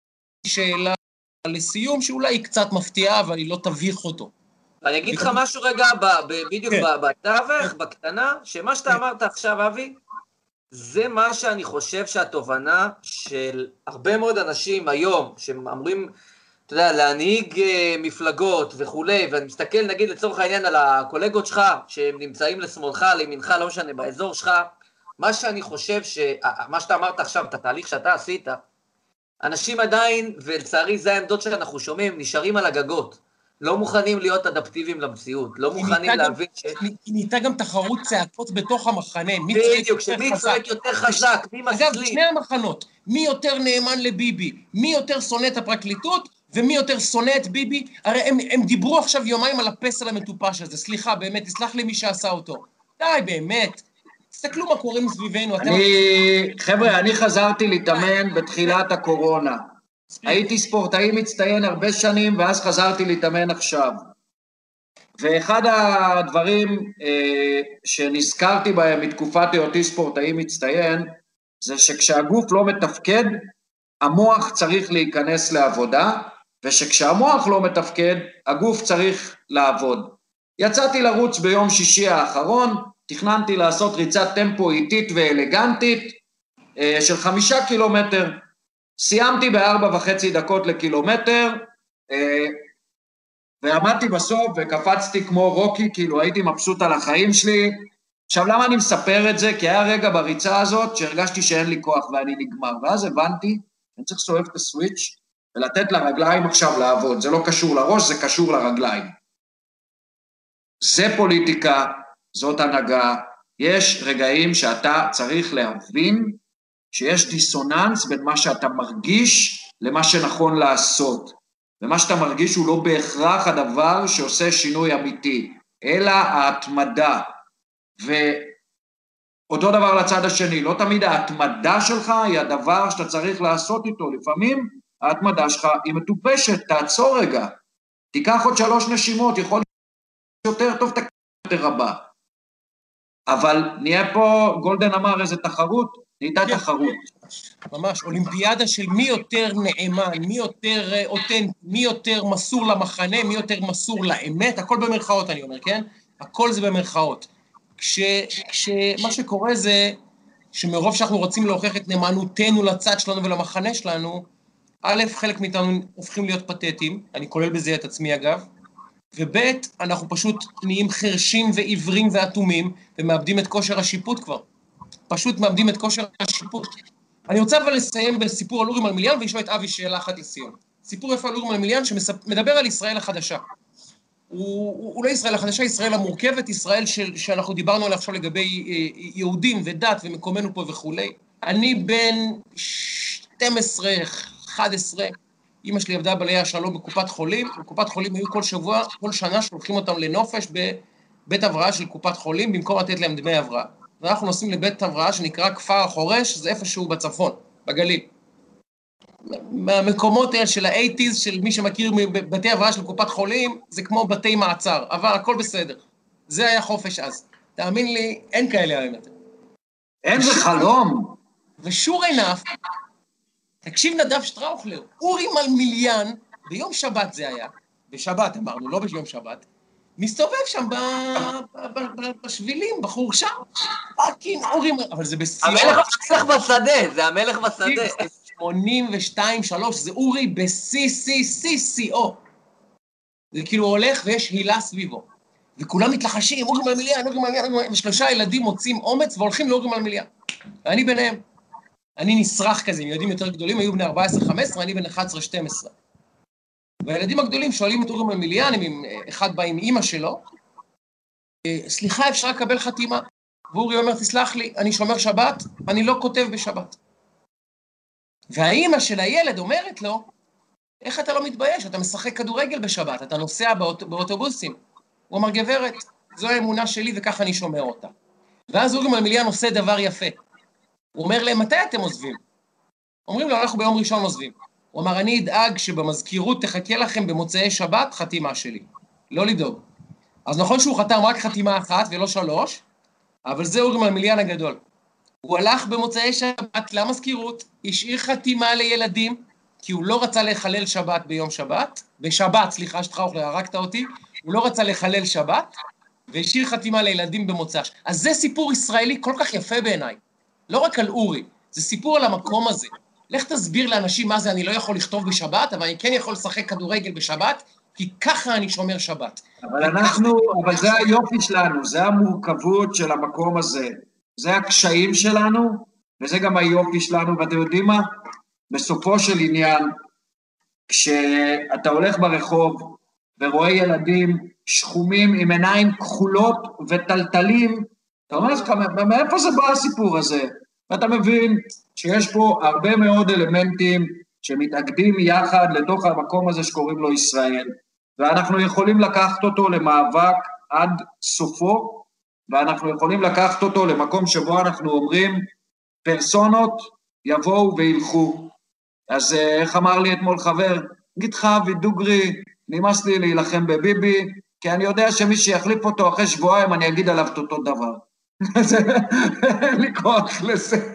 שאלה לסיום, שאולי היא קצת מפתיעה, אבל היא לא תביך אותו. אני אגיד לך משהו רגע, בדיוק בתווך, בקטנה, שמה שאתה אמרת עכשיו, אבי, זה מה שאני חושב שהתובנה של הרבה מאוד אנשים היום, שאמורים, אתה יודע, להנהיג מפלגות וכולי, ואני מסתכל, נגיד, לצורך העניין על הקולגות שלך, שהם נמצאים לשמאלך, לימינך, לא משנה, באזור שלך, מה שאני חושב, מה שאתה אמרת עכשיו, את התהליך שאתה עשית, אנשים עדיין, ולצערי זה העמדות שאנחנו שומעים, נשארים על הגגות. לא מוכנים להיות אדפטיביים למציאות, לא מוכנים להבין ש... נהייתה גם תחרות צעקות בתוך המחנה. בדיוק, שמי צועק יותר חזק, מי מסליק. אגב, שני המחנות, מי יותר נאמן לביבי, מי יותר שונא את הפרקליטות, ומי יותר שונא את ביבי, הרי הם דיברו עכשיו יומיים על הפסל המטופש הזה, סליחה, באמת, תסלח לי מי שעשה אותו. די, באמת, תסתכלו מה קורה מסביבנו. חבר'ה, אני חזרתי להתאמן בתחילת הקורונה. הייתי ספורטאי מצטיין הרבה שנים, ואז חזרתי להתאמן עכשיו. ואחד הדברים שנזכרתי בהם מתקופת היותי ספורטאי מצטיין, זה שכשהגוף לא מתפקד, המוח צריך להיכנס לעבודה, ושכשהמוח לא מתפקד, הגוף צריך לעבוד. יצאתי לרוץ ביום שישי האחרון, תכננתי לעשות ריצת טמפו איטית ואלגנטית, של 5 קילומטר, סיימתי ב4.5 דקות לקילומטר, ועמדתי בסוף וקפצתי כמו רוקי, כאילו הייתי מבסוט על החיים שלי. עכשיו למה אני מספר את זה? כי היה רגע בריצה הזאת שהרגשתי שאין לי כוח ואני נגמר, ואז הבנתי, אני צריך לסובב את הסוויץ' ולתת לרגליים עכשיו לעבוד, זה לא קשור לראש, זה קשור לרגליים. זה פוליטיקה, זאת הנהגה, יש רגעים שאתה צריך להבין, שיש דיסוננס בין מה שאתה מרגיש למה שנכון לעשות. ומה שאתה מרגיש הוא לא בהכרח הדבר שעושה שינוי אמיתי, אלא ההתמדה. ואותו דבר לצד השני, לא תמיד ההתמדה שלך היא הדבר שאתה צריך לעשות איתו. לפעמים ההתמדה שלך היא מטופשת, תעצור רגע. תיקח עוד 3 נשימות, יכול להיות יותר טוב, יותר רבה. אבל נהיה פה, גולדן אמר איזה תחרות, נהייתה תחרות. ממש, אולימפיאדה של מי יותר נאמן, מי יותר אותנטי, מי יותר מסור למחנה, מי יותר מסור לאמת, הכל במרכאות אני אומר, כן? הכל זה במרכאות. כשמה שקורה זה, שמרוב שאנחנו רוצים להוכיח את נאמנותנו לצד שלנו ולמחנה שלנו, א', חלק מאיתנו הופכים להיות פתטיים, אני כולל בזה את עצמי אגב, וב', אנחנו פשוט נהיים חרשים ועיוורים ואטומים, ומאבדים את כושר השיפוט כבר. פשוט מאבדים את כושר השיפוט. אני רוצה אבל לסיים בסיפור על אורי מלמיליאן, ולשאול את אבי שאלה אחת לסיום. סיפור יפה על אורי מלמיליאן שמדבר על ישראל החדשה. הוא לא ישראל החדשה, ישראל המורכבת, ישראל שאנחנו דיברנו עליה עכשיו לגבי יהודים ודת ומקומנו פה וכו'. אני בן 12, 11, אמא שלי עבדה בליה השלום בקופת חולים, בקופת חולים היו כל שנה שולחים אותם לנופש בבית הבראה של קופת חולים, במקום לתת להם דמי הבראה. ואנחנו נוסעים לבית הבראה שנקרא כפר החורש, זה איפשהו בצפון, בגליל. מהמקומות האלה של ה-80s, של מי שמכיר מבתי הבראה של קופת חולים, זה כמו בתי מעצר, אבל הכל בסדר. זה היה חופש אז. תאמין לי, אין כאלה האמת. אין זה חלום. ושור עינף, תקשיב נדב שטראוכלר, אורי מלמיליאן, ביום שבת זה היה, בשבת אמרנו, לא ביום שבת, מסתובב שם בשבילים, בחורשה, פאקינג אורי, אבל זה בסיום. המלך בשדה, זה המלך בשדה. 82-3, זה אורי ב-CCCCO. זה כאילו הולך ויש הילה סביבו. וכולם מתלחשים, אורי מלמיליאן, ושלושה ילדים מוצאים אומץ והולכים לאורי מלמיליאן. ואני ביניהם. אני נשרח כזה, עם ילדים יותר גדולים, היו בני 14-15, אני בן 11-12. והילדים הגדולים שואלים את אורי מלמיליאן, אחד בא עם אמא שלו, סליחה, אפשר לקבל חתימה? ואורי אומר, תסלח לי, אני שומר שבת, אני לא כותב בשבת. והאמא של הילד אומרת לו, איך אתה לא מתבייש? אתה משחק כדורגל בשבת, אתה נוסע באוטובוסים. הוא אומר, גברת, זו האמונה שלי וכך אני שומע אותה. ואז אורי מלמיליאן עושה דבר יפה. הוא אומר להם, מתי אתם עוזבים? אומרים לו, אנחנו ביום ראשון עוזבים. הוא אמר, אני אדאג שבמזכירות תחכה לכם במוצאי שבת חתימה שלי. לא לדאוג. אז נכון שהוא חתם רק חתימה אחת ולא 3, אבל זה אורי מלמיליאן הגדול. הוא הלך במוצאי שבת למזכירות, השאיר חתימה לילדים, כי הוא לא רצה לחלל שבת ביום שבת, בשבת, סליחה, שטראוכלר, הרגת אותי, הוא לא רצה לחלל שבת, והשאיר חתימה לילדים במוצ"ש. אז זה סיפור ישראלי כל כך יפה בעיניי. לא רק על אורי, זה סיפור על המקום הזה. לך תסביר לאנשים מה זה, אני לא יכול לכתוב בשבת, אבל אני כן יכול לשחק כדורגל בשבת, כי ככה אני שומר שבת. אבל זה היופי שלנו, זה המורכבות של המקום הזה, זה הקשיים שלנו, וזה גם היופי שלנו, ואתם יודעים מה? בסופו של עניין, כשאתה הולך ברחוב ורואה ילדים שחומים עם עיניים כחולות וטלטלים, אתה אומר לך, מאיפה זה בא הסיפור הזה? ואתה מבין שיש פה הרבה מאוד אלמנטים שמתאגדים יחד לתוך המקום הזה שקוראים לו ישראל, ואנחנו יכולים לקחת אותו למאבק עד סופו, ואנחנו יכולים לקחת אותו למקום שבו אנחנו אומרים, פרסונות יבואו וילכו. אז איך אמר לי אתמול חבר, גיתך ודוגרי, נמאס לי להילחם בביבי, כי אני יודע שמי שיחליף אותו אחרי שבועיים, אני אגיד עליו את אותו דבר. אין לי כוח לזה.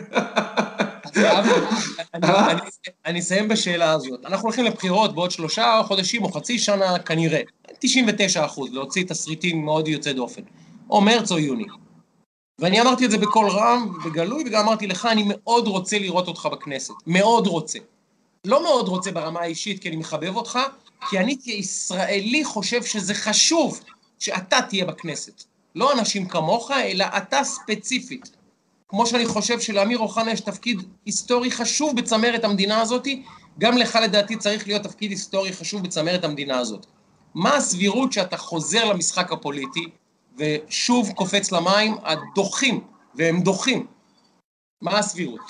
אני אסיים בשאלה הזאת. אנחנו הולכים לבחירות בעוד 3 חודשים או חצי שנה, כנראה. 99%, להוציא תסריטים מאוד יוצא דופן. או מרץ או יוני. ואני אמרתי את זה בכל רם וגלוי, וגם אמרתי לך, אני מאוד רוצה לראות אותך בכנסת. מאוד רוצה. לא מאוד רוצה ברמה האישית, כי אני מחבב אותך, כי אני כישראלי חושב שזה חשוב שאתה תהיה בכנסת. לא אנשים כמוך, אלא אתה ספציפית. כמו שאני חושב שלאמיר אוחנה יש תפקיד היסטורי חשוב בצמרת המדינה הזאת, גם לך לדעתי צריך להיות תפקיד היסטורי חשוב בצמרת המדינה הזאת. מה הסבירות שאתה חוזר למשחק הפוליטי, ושוב קופץ למים הדוחים, והם דוחים? מה הסבירות?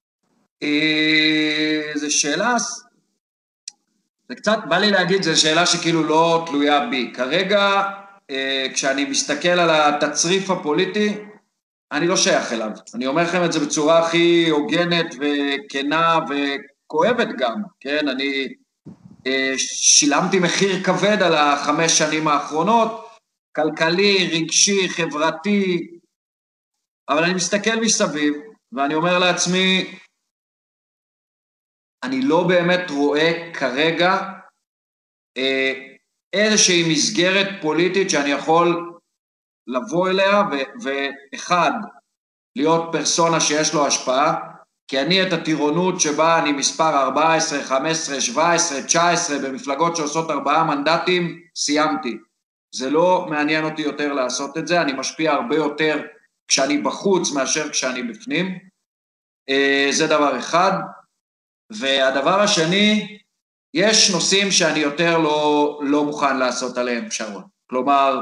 זו שאלה, זה קצת, בא לי להגיד, זו שאלה שכאילו לא תלויה בי. כרגע, כשאני מסתכל על התצריף הפוליטי, אני לא שייך אליו. אני אומר לכם את זה בצורה הכי הוגנת וכנה וכואבת גם, כן? אני שילמתי מחיר כבד על 5 שנים האחרונות, כלכלי, רגשי, חברתי, אבל אני מסתכל מסביב, ואני אומר לעצמי, אני לא באמת רואה כרגע איזושהי מסגרת פוליטית שאני יכול לבוא אליה, ואחד, להיות פרסונה שיש לו השפעה, כי אני את הטירונות שבה אני מספר 14, 15, 17, 19, במפלגות שעושות 4 מנדטים, סיימתי. זה לא מעניין אותי יותר לעשות את זה, אני משפיע הרבה יותר כשאני בחוץ מאשר כשאני בפנים. זה דבר אחד. והדבר השני, יש נושאים שאני יותר לא מוכן לעשות עליהם פשרות. כלומר,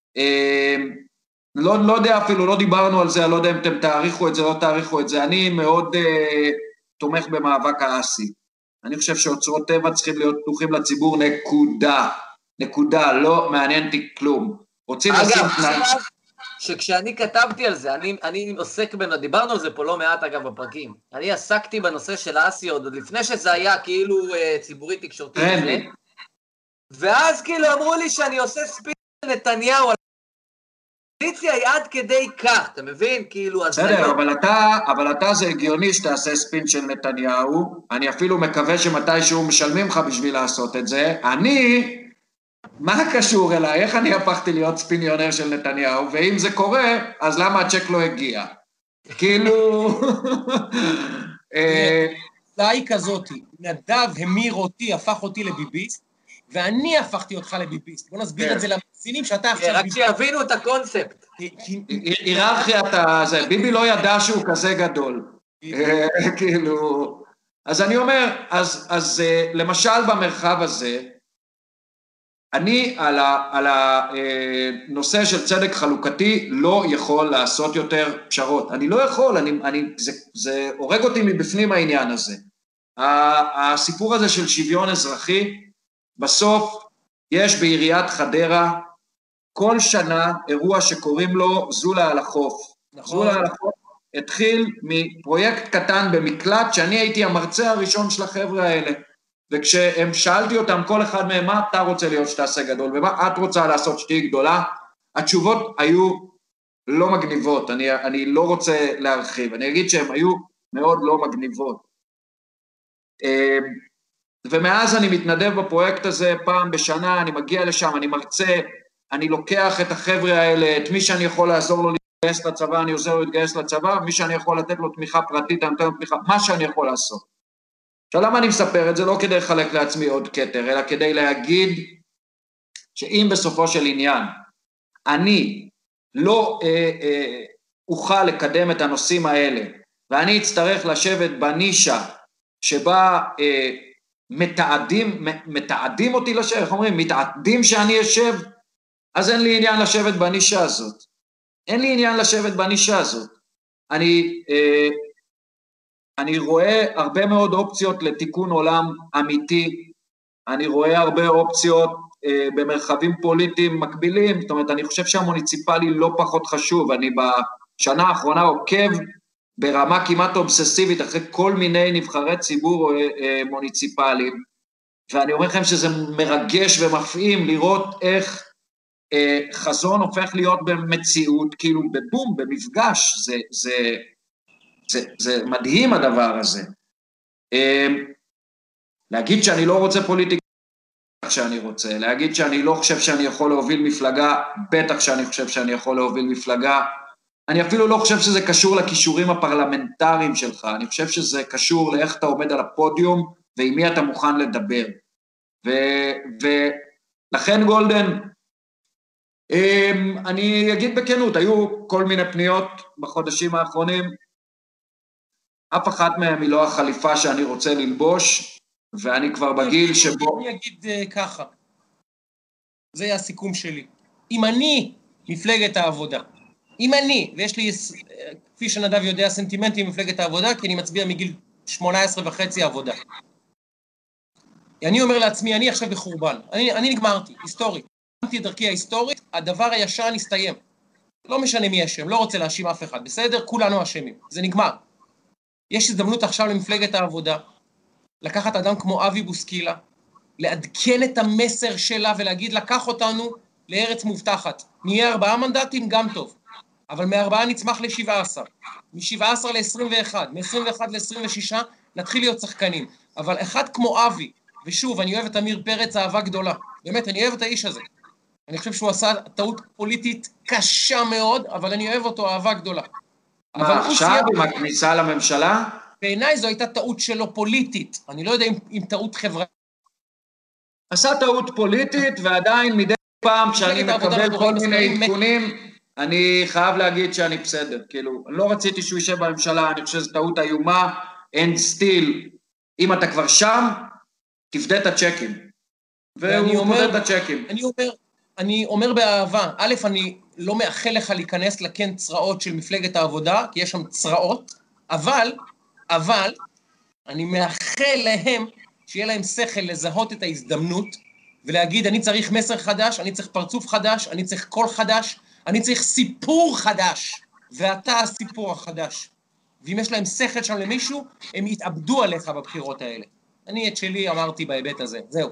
לא יודע אפילו, לא דיברנו על זה, אני לא יודע אם אתם תאריכו את זה, לא תאריכו את זה, אני מאוד תומך במאבק האסי. אני חושב שאוצרות טבע צריכים להיות פתוחים לציבור, נקודה, לא מעניין אותי כלום. רוצים לשים שכשאני כתבתי על זה, אני עוסק דיברנו על זה פה לא מעט אגב בפרקים, אני עסקתי בנושא של האסי עוד לפני שזה היה כאילו ציבורי תקשורתי, ואז כאילו אמרו לי שאני עושה ספין נתניהו, הפוליציה היא עד כדי כך, אתה מבין? כאילו, בסדר, אבל אתה זה הגיוני שתעשה ספין של נתניהו, אני אפילו מקווה שמתישהו משלמים לך בשביל לעשות את זה, מה קשור אליי? איך אני הפכתי להיות ספיניונר של נתניהו? ואם זה קורה, אז למה הצ'ק לא הגיע? כאילו... היא כזאת, נדב המיר אותי, הפך אותי לביביסט, ואני הפכתי אותך לביביסט. בוא נסביר את זה למאזינים שאתה עכשיו... רק שיבינו את הקונספט. היררכיית הזה, ביבי לא ידע שהוא כזה גדול. כאילו... אז אני אומר, אז למשל במרחב הזה, אני על הנושא של צדק חלוקתי לא יכול לעשות יותר פשרות. אני לא יכול, זה הורג אותי מבפנים העניין הזה. הסיפור הזה של שוויון אזרחי, בסוף יש בעיריית חדרה כל שנה אירוע שקוראים לו זולה על החוף. זולה על החוף התחיל מפרויקט קטן במקלט, שאני הייתי המרצה הראשון של החבר'ה האלה. וכשהם שאלתי אותם, כל אחד מהם, מה אתה רוצה להיות שתעשה גדול, ומה את רוצה לעשות שתהי גדולה, התשובות היו לא מגניבות, אני לא רוצה להרחיב, אני אגיד שהן היו מאוד לא מגניבות. ומאז אני מתנדב בפרויקט הזה פעם בשנה, אני מגיע לשם, אני מרצה, אני לוקח את החבר'ה האלה, את מי שאני יכול לעזור לו להתגייס לצבא, אני עוזר לו להתגייס לצבא, מי שאני יכול לתת לו תמיכה פרטית, אני נותן לו תמיכה, מה שאני יכול לעשות. עכשיו למה אני מספר את זה? לא כדי לחלק לעצמי עוד כתר, אלא כדי להגיד שאם בסופו של עניין אני לא אוכל לקדם את הנושאים האלה, ואני אצטרך לשבת בנישה שבה מתעדים אותי לשבת, איך אומרים? מתעדים שאני אשב, אז אין לי עניין לשבת בנישה הזאת. אין לי עניין לשבת בנישה הזאת. אני רואה הרבה מאוד אופציות לתיקון עולם אמיתי, אני רואה הרבה אופציות במרחבים פוליטיים מקבילים, זאת אומרת, אני חושב שהמוניציפלי לא פחות חשוב, אני בשנה האחרונה עוקב ברמה כמעט אובססיבית, אחרי כל מיני נבחרי ציבור מוניציפליים, ואני אומר לכם שזה מרגש ומפעים לראות איך חזון הופך להיות במציאות, כאילו בבום, במפגש, זה מדהים הדבר הזה. להגיד שאני לא רוצה פוליטיקה, שאני רוצה, להגיד שאני לא חושב שאני יכול להוביל מפלגה, בטח שאני חושב שאני יכול להוביל מפלגה, אני אפילו לא חושב שזה קשור לכישורים הפרלמנטריים שלך, אני חושב שזה קשור לאיך אתה עומד על הפודיום, ועם מי אתה מוכן לדבר. ולכן גולדן, אני אגיד בכנות, היו כל מיני פניות בחודשים האחרונים, אף אחת מהם היא לא החליפה שאני רוצה ללבוש, ואני כבר בגיל שבו... אני אגיד ככה, זה היה הסיכום שלי. אם אני מפלגת העבודה, אם אני, ויש לי, כפי שנדב יודע, סנטימנטים מפלגת העבודה, כי אני מצביע מגיל 18.5 עבודה. אני אומר לעצמי, אני עכשיו בחורבן, אני נגמרתי, היסטורית. נגמרתי את דרכי ההיסטורית, הדבר הישן הסתיים. לא משנה מי אשם, לא רוצה להאשים אף אחד, בסדר? כולנו אשמים, זה נגמר. יש הזדמנות עכשיו למפלגת העבודה, לקחת אדם כמו אבי בוסקילה, לעדכן את המסר שלה ולהגיד, לקח אותנו לארץ מובטחת. נהיה 4 מנדטים, גם טוב. אבל מ4 נצמח ל17, מ17 ל21, מ21 ל26, נתחיל להיות שחקנים. אבל אחד כמו אבי, ושוב, אני אוהב את אמיר פרץ, אהבה גדולה. באמת, אני אוהב את האיש הזה. אני חושב שהוא עשה טעות פוליטית קשה מאוד, אבל אני אוהב אותו אהבה גדולה. מה, עכשיו עם הכניסה לממשלה? בעיניי זו הייתה טעות שלו פוליטית. אני לא יודע אם טעות חברה. עשה טעות פוליטית, ועדיין מדי פעם כשאני מקבל כל מיני עדכונים, אני חייב להגיד שאני בסדר. כאילו, לא רציתי שהוא יישב בממשלה, אני חושב שזו טעות איומה, אין סטיל. אם אתה כבר שם, תפדה את הצ'קים. והוא מודד את הצ'קים. אני אומר באהבה, א', אני לא מאחל לך להיכנס לכן צרעות של מפלגת העבודה, כי יש שם צרעות, אבל, אני מאחל להם שיהיה להם שכל לזהות את ההזדמנות, ולהגיד, אני צריך מסר חדש, אני צריך פרצוף חדש, אני צריך קול חדש, אני צריך סיפור חדש, ואתה הסיפור החדש. ואם יש להם שכל שם למישהו, הם יתאבדו עליך בבחירות האלה. אני את שלי אמרתי בהיבט הזה, זהו.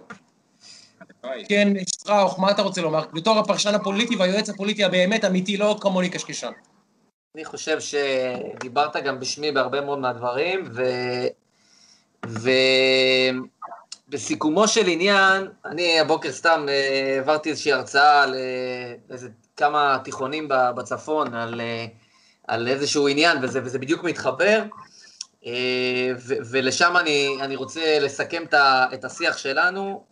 כן, שטראוך, מה אתה רוצה לומר? בתור הפרשן הפוליטי והיועץ הפוליטי הבאמת אמיתי, לא כמוני קשקשן. אני חושב שדיברת גם בשמי בהרבה מאוד מהדברים, ובסיכומו של עניין, אני הבוקר סתם העברתי איזושהי הרצאה לאיזה כמה תיכונים בצפון על איזשהו עניין, וזה בדיוק מתחבר, ולשם אני רוצה לסכם את השיח שלנו.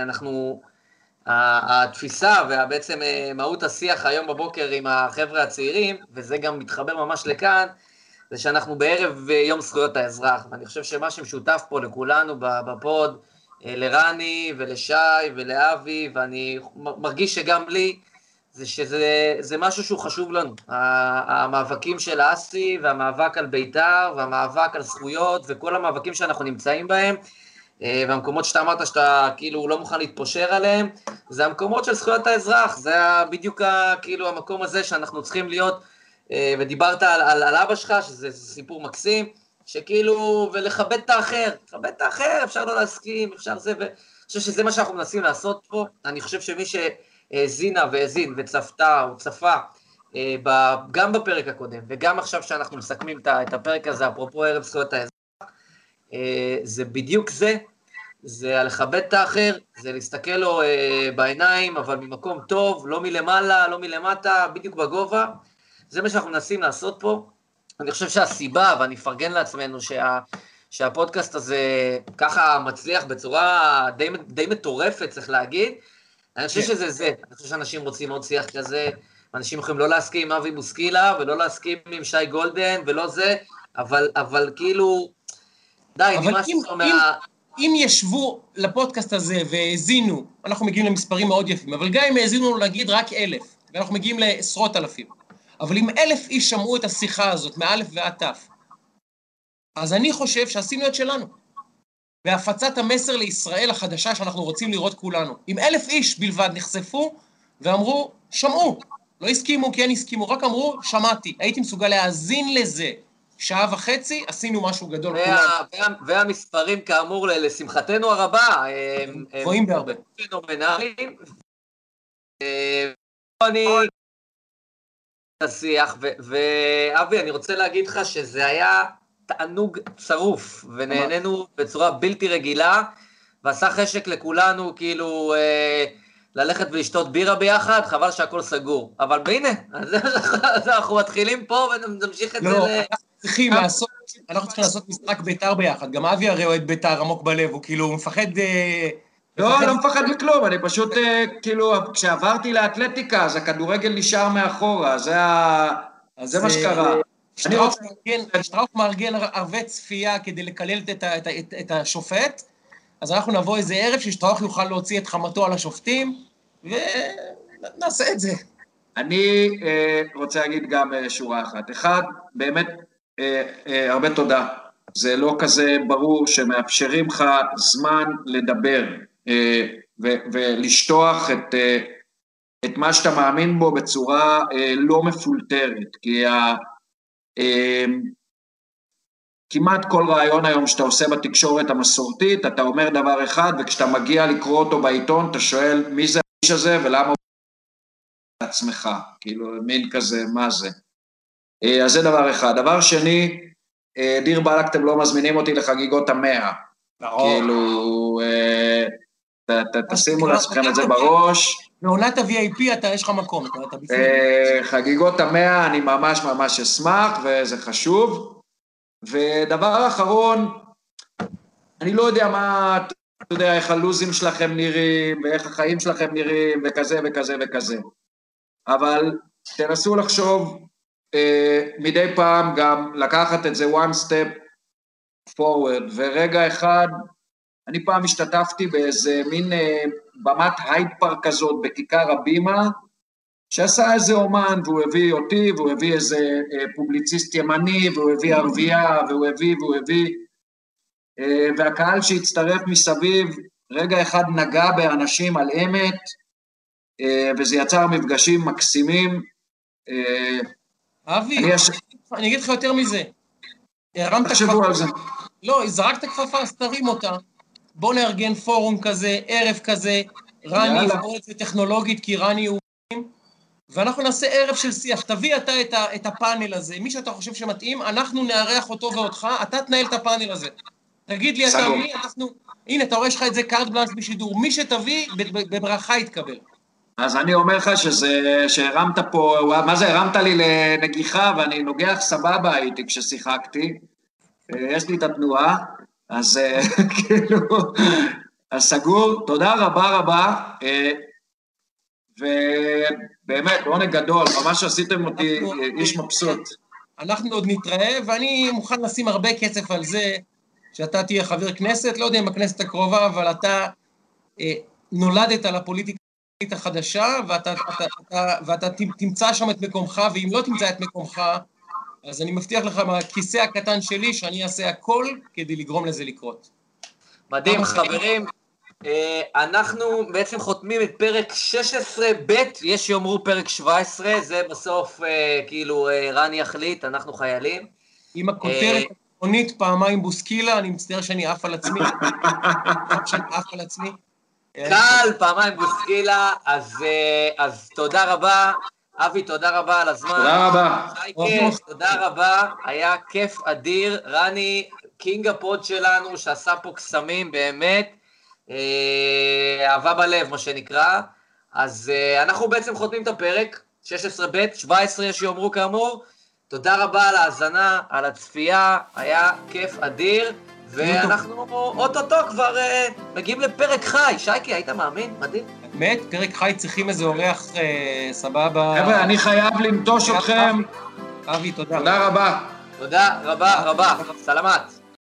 התפיסה ובעצם מהות השיח היום בבוקר עם החבר'ה הצעירים, וזה גם מתחבר ממש לכאן, זה שאנחנו בערב יום זכויות האזרח, ואני חושב שמה שמשותף פה לכולנו בפוד, לרני ולשי ולאבי, ואני מרגיש שגם לי, זה שזה משהו שהוא חשוב לנו, המאבקים של האסי והמאבק על בית"ר והמאבק על זכויות וכל המאבקים שאנחנו נמצאים בהם, והמקומות שאתה אמרת שאתה כאילו לא מוכן להתפושר עליהם, זה המקומות של זכויות האזרח, זה בדיוק כאילו המקום הזה שאנחנו צריכים להיות, ודיברת על אבא שלך, שזה סיפור מקסים, שכאילו, ולכבד את האחר, לכבד את האחר, אפשר לא להסכים, אפשר זה, ואני חושב שזה מה שאנחנו מנסים לעשות פה. אני חושב שמי שהזינה והזין וצפתה או צפה, גם בפרק הקודם, וגם עכשיו שאנחנו מסכמים את הפרק הזה, אפרופו ערב זכויות האזרח, זה בדיוק זה, זה לכבד את האחר, זה להסתכל לו בעיניים, אבל ממקום טוב, לא מלמעלה, לא מלמטה, בדיוק בגובה. זה מה שאנחנו מנסים לעשות פה. אני חושב שהסיבה, ואני אפרגן לעצמנו, שהפודקאסט הזה ככה מצליח בצורה די מטורפת, צריך להגיד. אני חושב שזה זה. אני חושב שאנשים רוצים עוד שיח כזה, אנשים יכולים לא להסכים עם אבי בוסקילה, ולא להסכים עם שי גולדן, ולא זה, אבל כאילו, די, נמאס מה... אם ישבו לפודקאסט הזה והאזינו, אנחנו מגיעים למספרים מאוד יפים, אבל גם אם האזינו נגיד רק 1,000, ואנחנו מגיעים לעשרות אלפים, אבל אם 1,000 איש שמעו את השיחה הזאת, מאלף ועד תף, אז אני חושב שעשינו את שלנו. והפצת המסר לישראל החדשה שאנחנו רוצים לראות כולנו. אם 1,000 איש בלבד נחשפו ואמרו, שמעו, לא הסכימו כי אין הסכימו, רק אמרו, שמעתי, הייתי מסוגל להאזין לזה. שעה וחצי, עשינו משהו גדול. והמספרים כאמור, לשמחתנו הרבה, הם גבוהים בהרבה. פנומנליים. אני... השיח, ואבי, אני רוצה להגיד לך שזה היה תענוג צרוף, ונהנינו בצורה בלתי רגילה, ועשה חשק לכולנו, כאילו, ללכת ולשתות בירה ביחד, חבל שהכל סגור. אבל הנה, אז אנחנו מתחילים פה, ונמשיך את זה אנחנו צריכים לעשות משחק ביתר ביחד, גם אבי הרי אוהד ביתר עמוק בלב, הוא כאילו מפחד... לא מפחד מכלום, אני פשוט, כאילו, כשעברתי לאתלטיקה, אז הכדורגל נשאר מאחורה, זה מה שקרה. שטראוף מארגן הרבה צפייה כדי לקלל את השופט, אז אנחנו נבוא איזה ערב ששטראוף יוכל להוציא את חמתו על השופטים, ונעשה את זה. אני רוצה להגיד גם שורה אחת. אחד, באמת, הרבה תודה. זה לא כזה ברור שמאפשרים לך זמן לדבר, ולשטוח את מה שאתה מאמין בו בצורה לא מפולטרת, כי כמעט כל רעיון היום שאתה עושה בתקשורת המסורתית, אתה אומר דבר אחד, וכשאתה מגיע לקרוא אותו בעיתון, אתה שואל מי זה האיש הזה ולמה הוא לעצמך, כאילו מין כזה, מה זה? אז זה דבר אחד. דבר שני, דיר באלק, אתם לא מזמינים אותי לחגיגות 100. כאילו, תשימו לעצמכם את זה בראש. בעונת ה-VIP יש לך מקום. חגיגות 100, אני ממש ממש אשמח, וזה חשוב. ודבר אחרון, אני לא יודע מה, אתה יודע, איך הלוזים שלכם נראים, ואיך החיים שלכם נראים, וכזה וכזה וכזה. אבל תנסו לחשוב, מדי פעם גם לקחת את זה one step forward, ורגע אחד, אני פעם השתתפתי באיזה מין במת הייד פארק כזאת בכיכר הבימה, שעשה איזה אומן, והוא הביא אותי, והוא הביא איזה פובליציסט ימני, והוא הביא ערבייה, והוא הביא, והקהל שהצטרף מסביב, רגע אחד נגע באנשים על אמת, וזה יצר מפגשים מקסימים. אבי, אני אגיד לך יותר מזה. תחשבו על זה. לא, זרקת כפפה, אז תרים אותה. בוא נארגן פורום כזה, ערב כזה, רני יפגור את זה טכנולוגית, כי רני הוא... ואנחנו נעשה ערב של שיח, תביא אתה את הפאנל הזה, מי שאתה חושב שמתאים, אנחנו נארח אותו ואותך, אתה תנהל את הפאנל הזה. תגיד לי אתה מי, הנה, אתה רואה לך את זה קארט בלנש בשידור, מי שתביא, בברכה יתקבל. אז אני אומר לך שהרמת פה, מה זה, הרמת לי לנגיחה, ואני נוגח סבבה הייתי כששיחקתי, יש לי את התנועה, אז כאילו, אז סגור, תודה רבה, ובאמת, עונג גדול, ממש עשיתם אותי איש מבסוט. אנחנו עוד נתראה, ואני מוכן לשים הרבה כסף על זה, שאתה תהיה חבר כנסת, לא יודע אם בכנסת הקרובה, אבל אתה נולדת לפוליטיקה החדשה, ואתה תמצא שם את מקומך, ואם לא תמצא את מקומך, אז אני מבטיח לך מהכיסא הקטן שלי, שאני אעשה הכל כדי לגרום לזה לקרות. מדהים, חברים. אנחנו בעצם חותמים את פרק 16ב', יש שיאמרו פרק 17, זה בסוף כאילו רני יחליט, אנחנו חיילים. עם הכותרת עונית פעמיים בוסקילה, אני מצטער שאני עף על עצמי. קל, פעמיים בוסקילה, אז תודה רבה. אבי, תודה רבה על הזמן. תודה רבה. שייקה, תודה רבה, היה כיף אדיר. רני, קינג הפוד שלנו, שעשה פה קסמים, באמת. אהבה בלב, מה שנקרא. אז אנחנו בעצם חותמים את הפרק, 16ב', 17 יש שיאמרו כאמור. תודה רבה על ההאזנה, על הצפייה, היה כיף אדיר, ואנחנו אוטוטו כבר מגיעים לפרק חי. שייקי, היית מאמין? מדהים. באמת, פרק חי צריכים איזה אורח סבבה. חבר'ה, אני חייב לנטוש אתכם. אבי, תודה. תודה רבה. תודה רבה רבה. סלמת.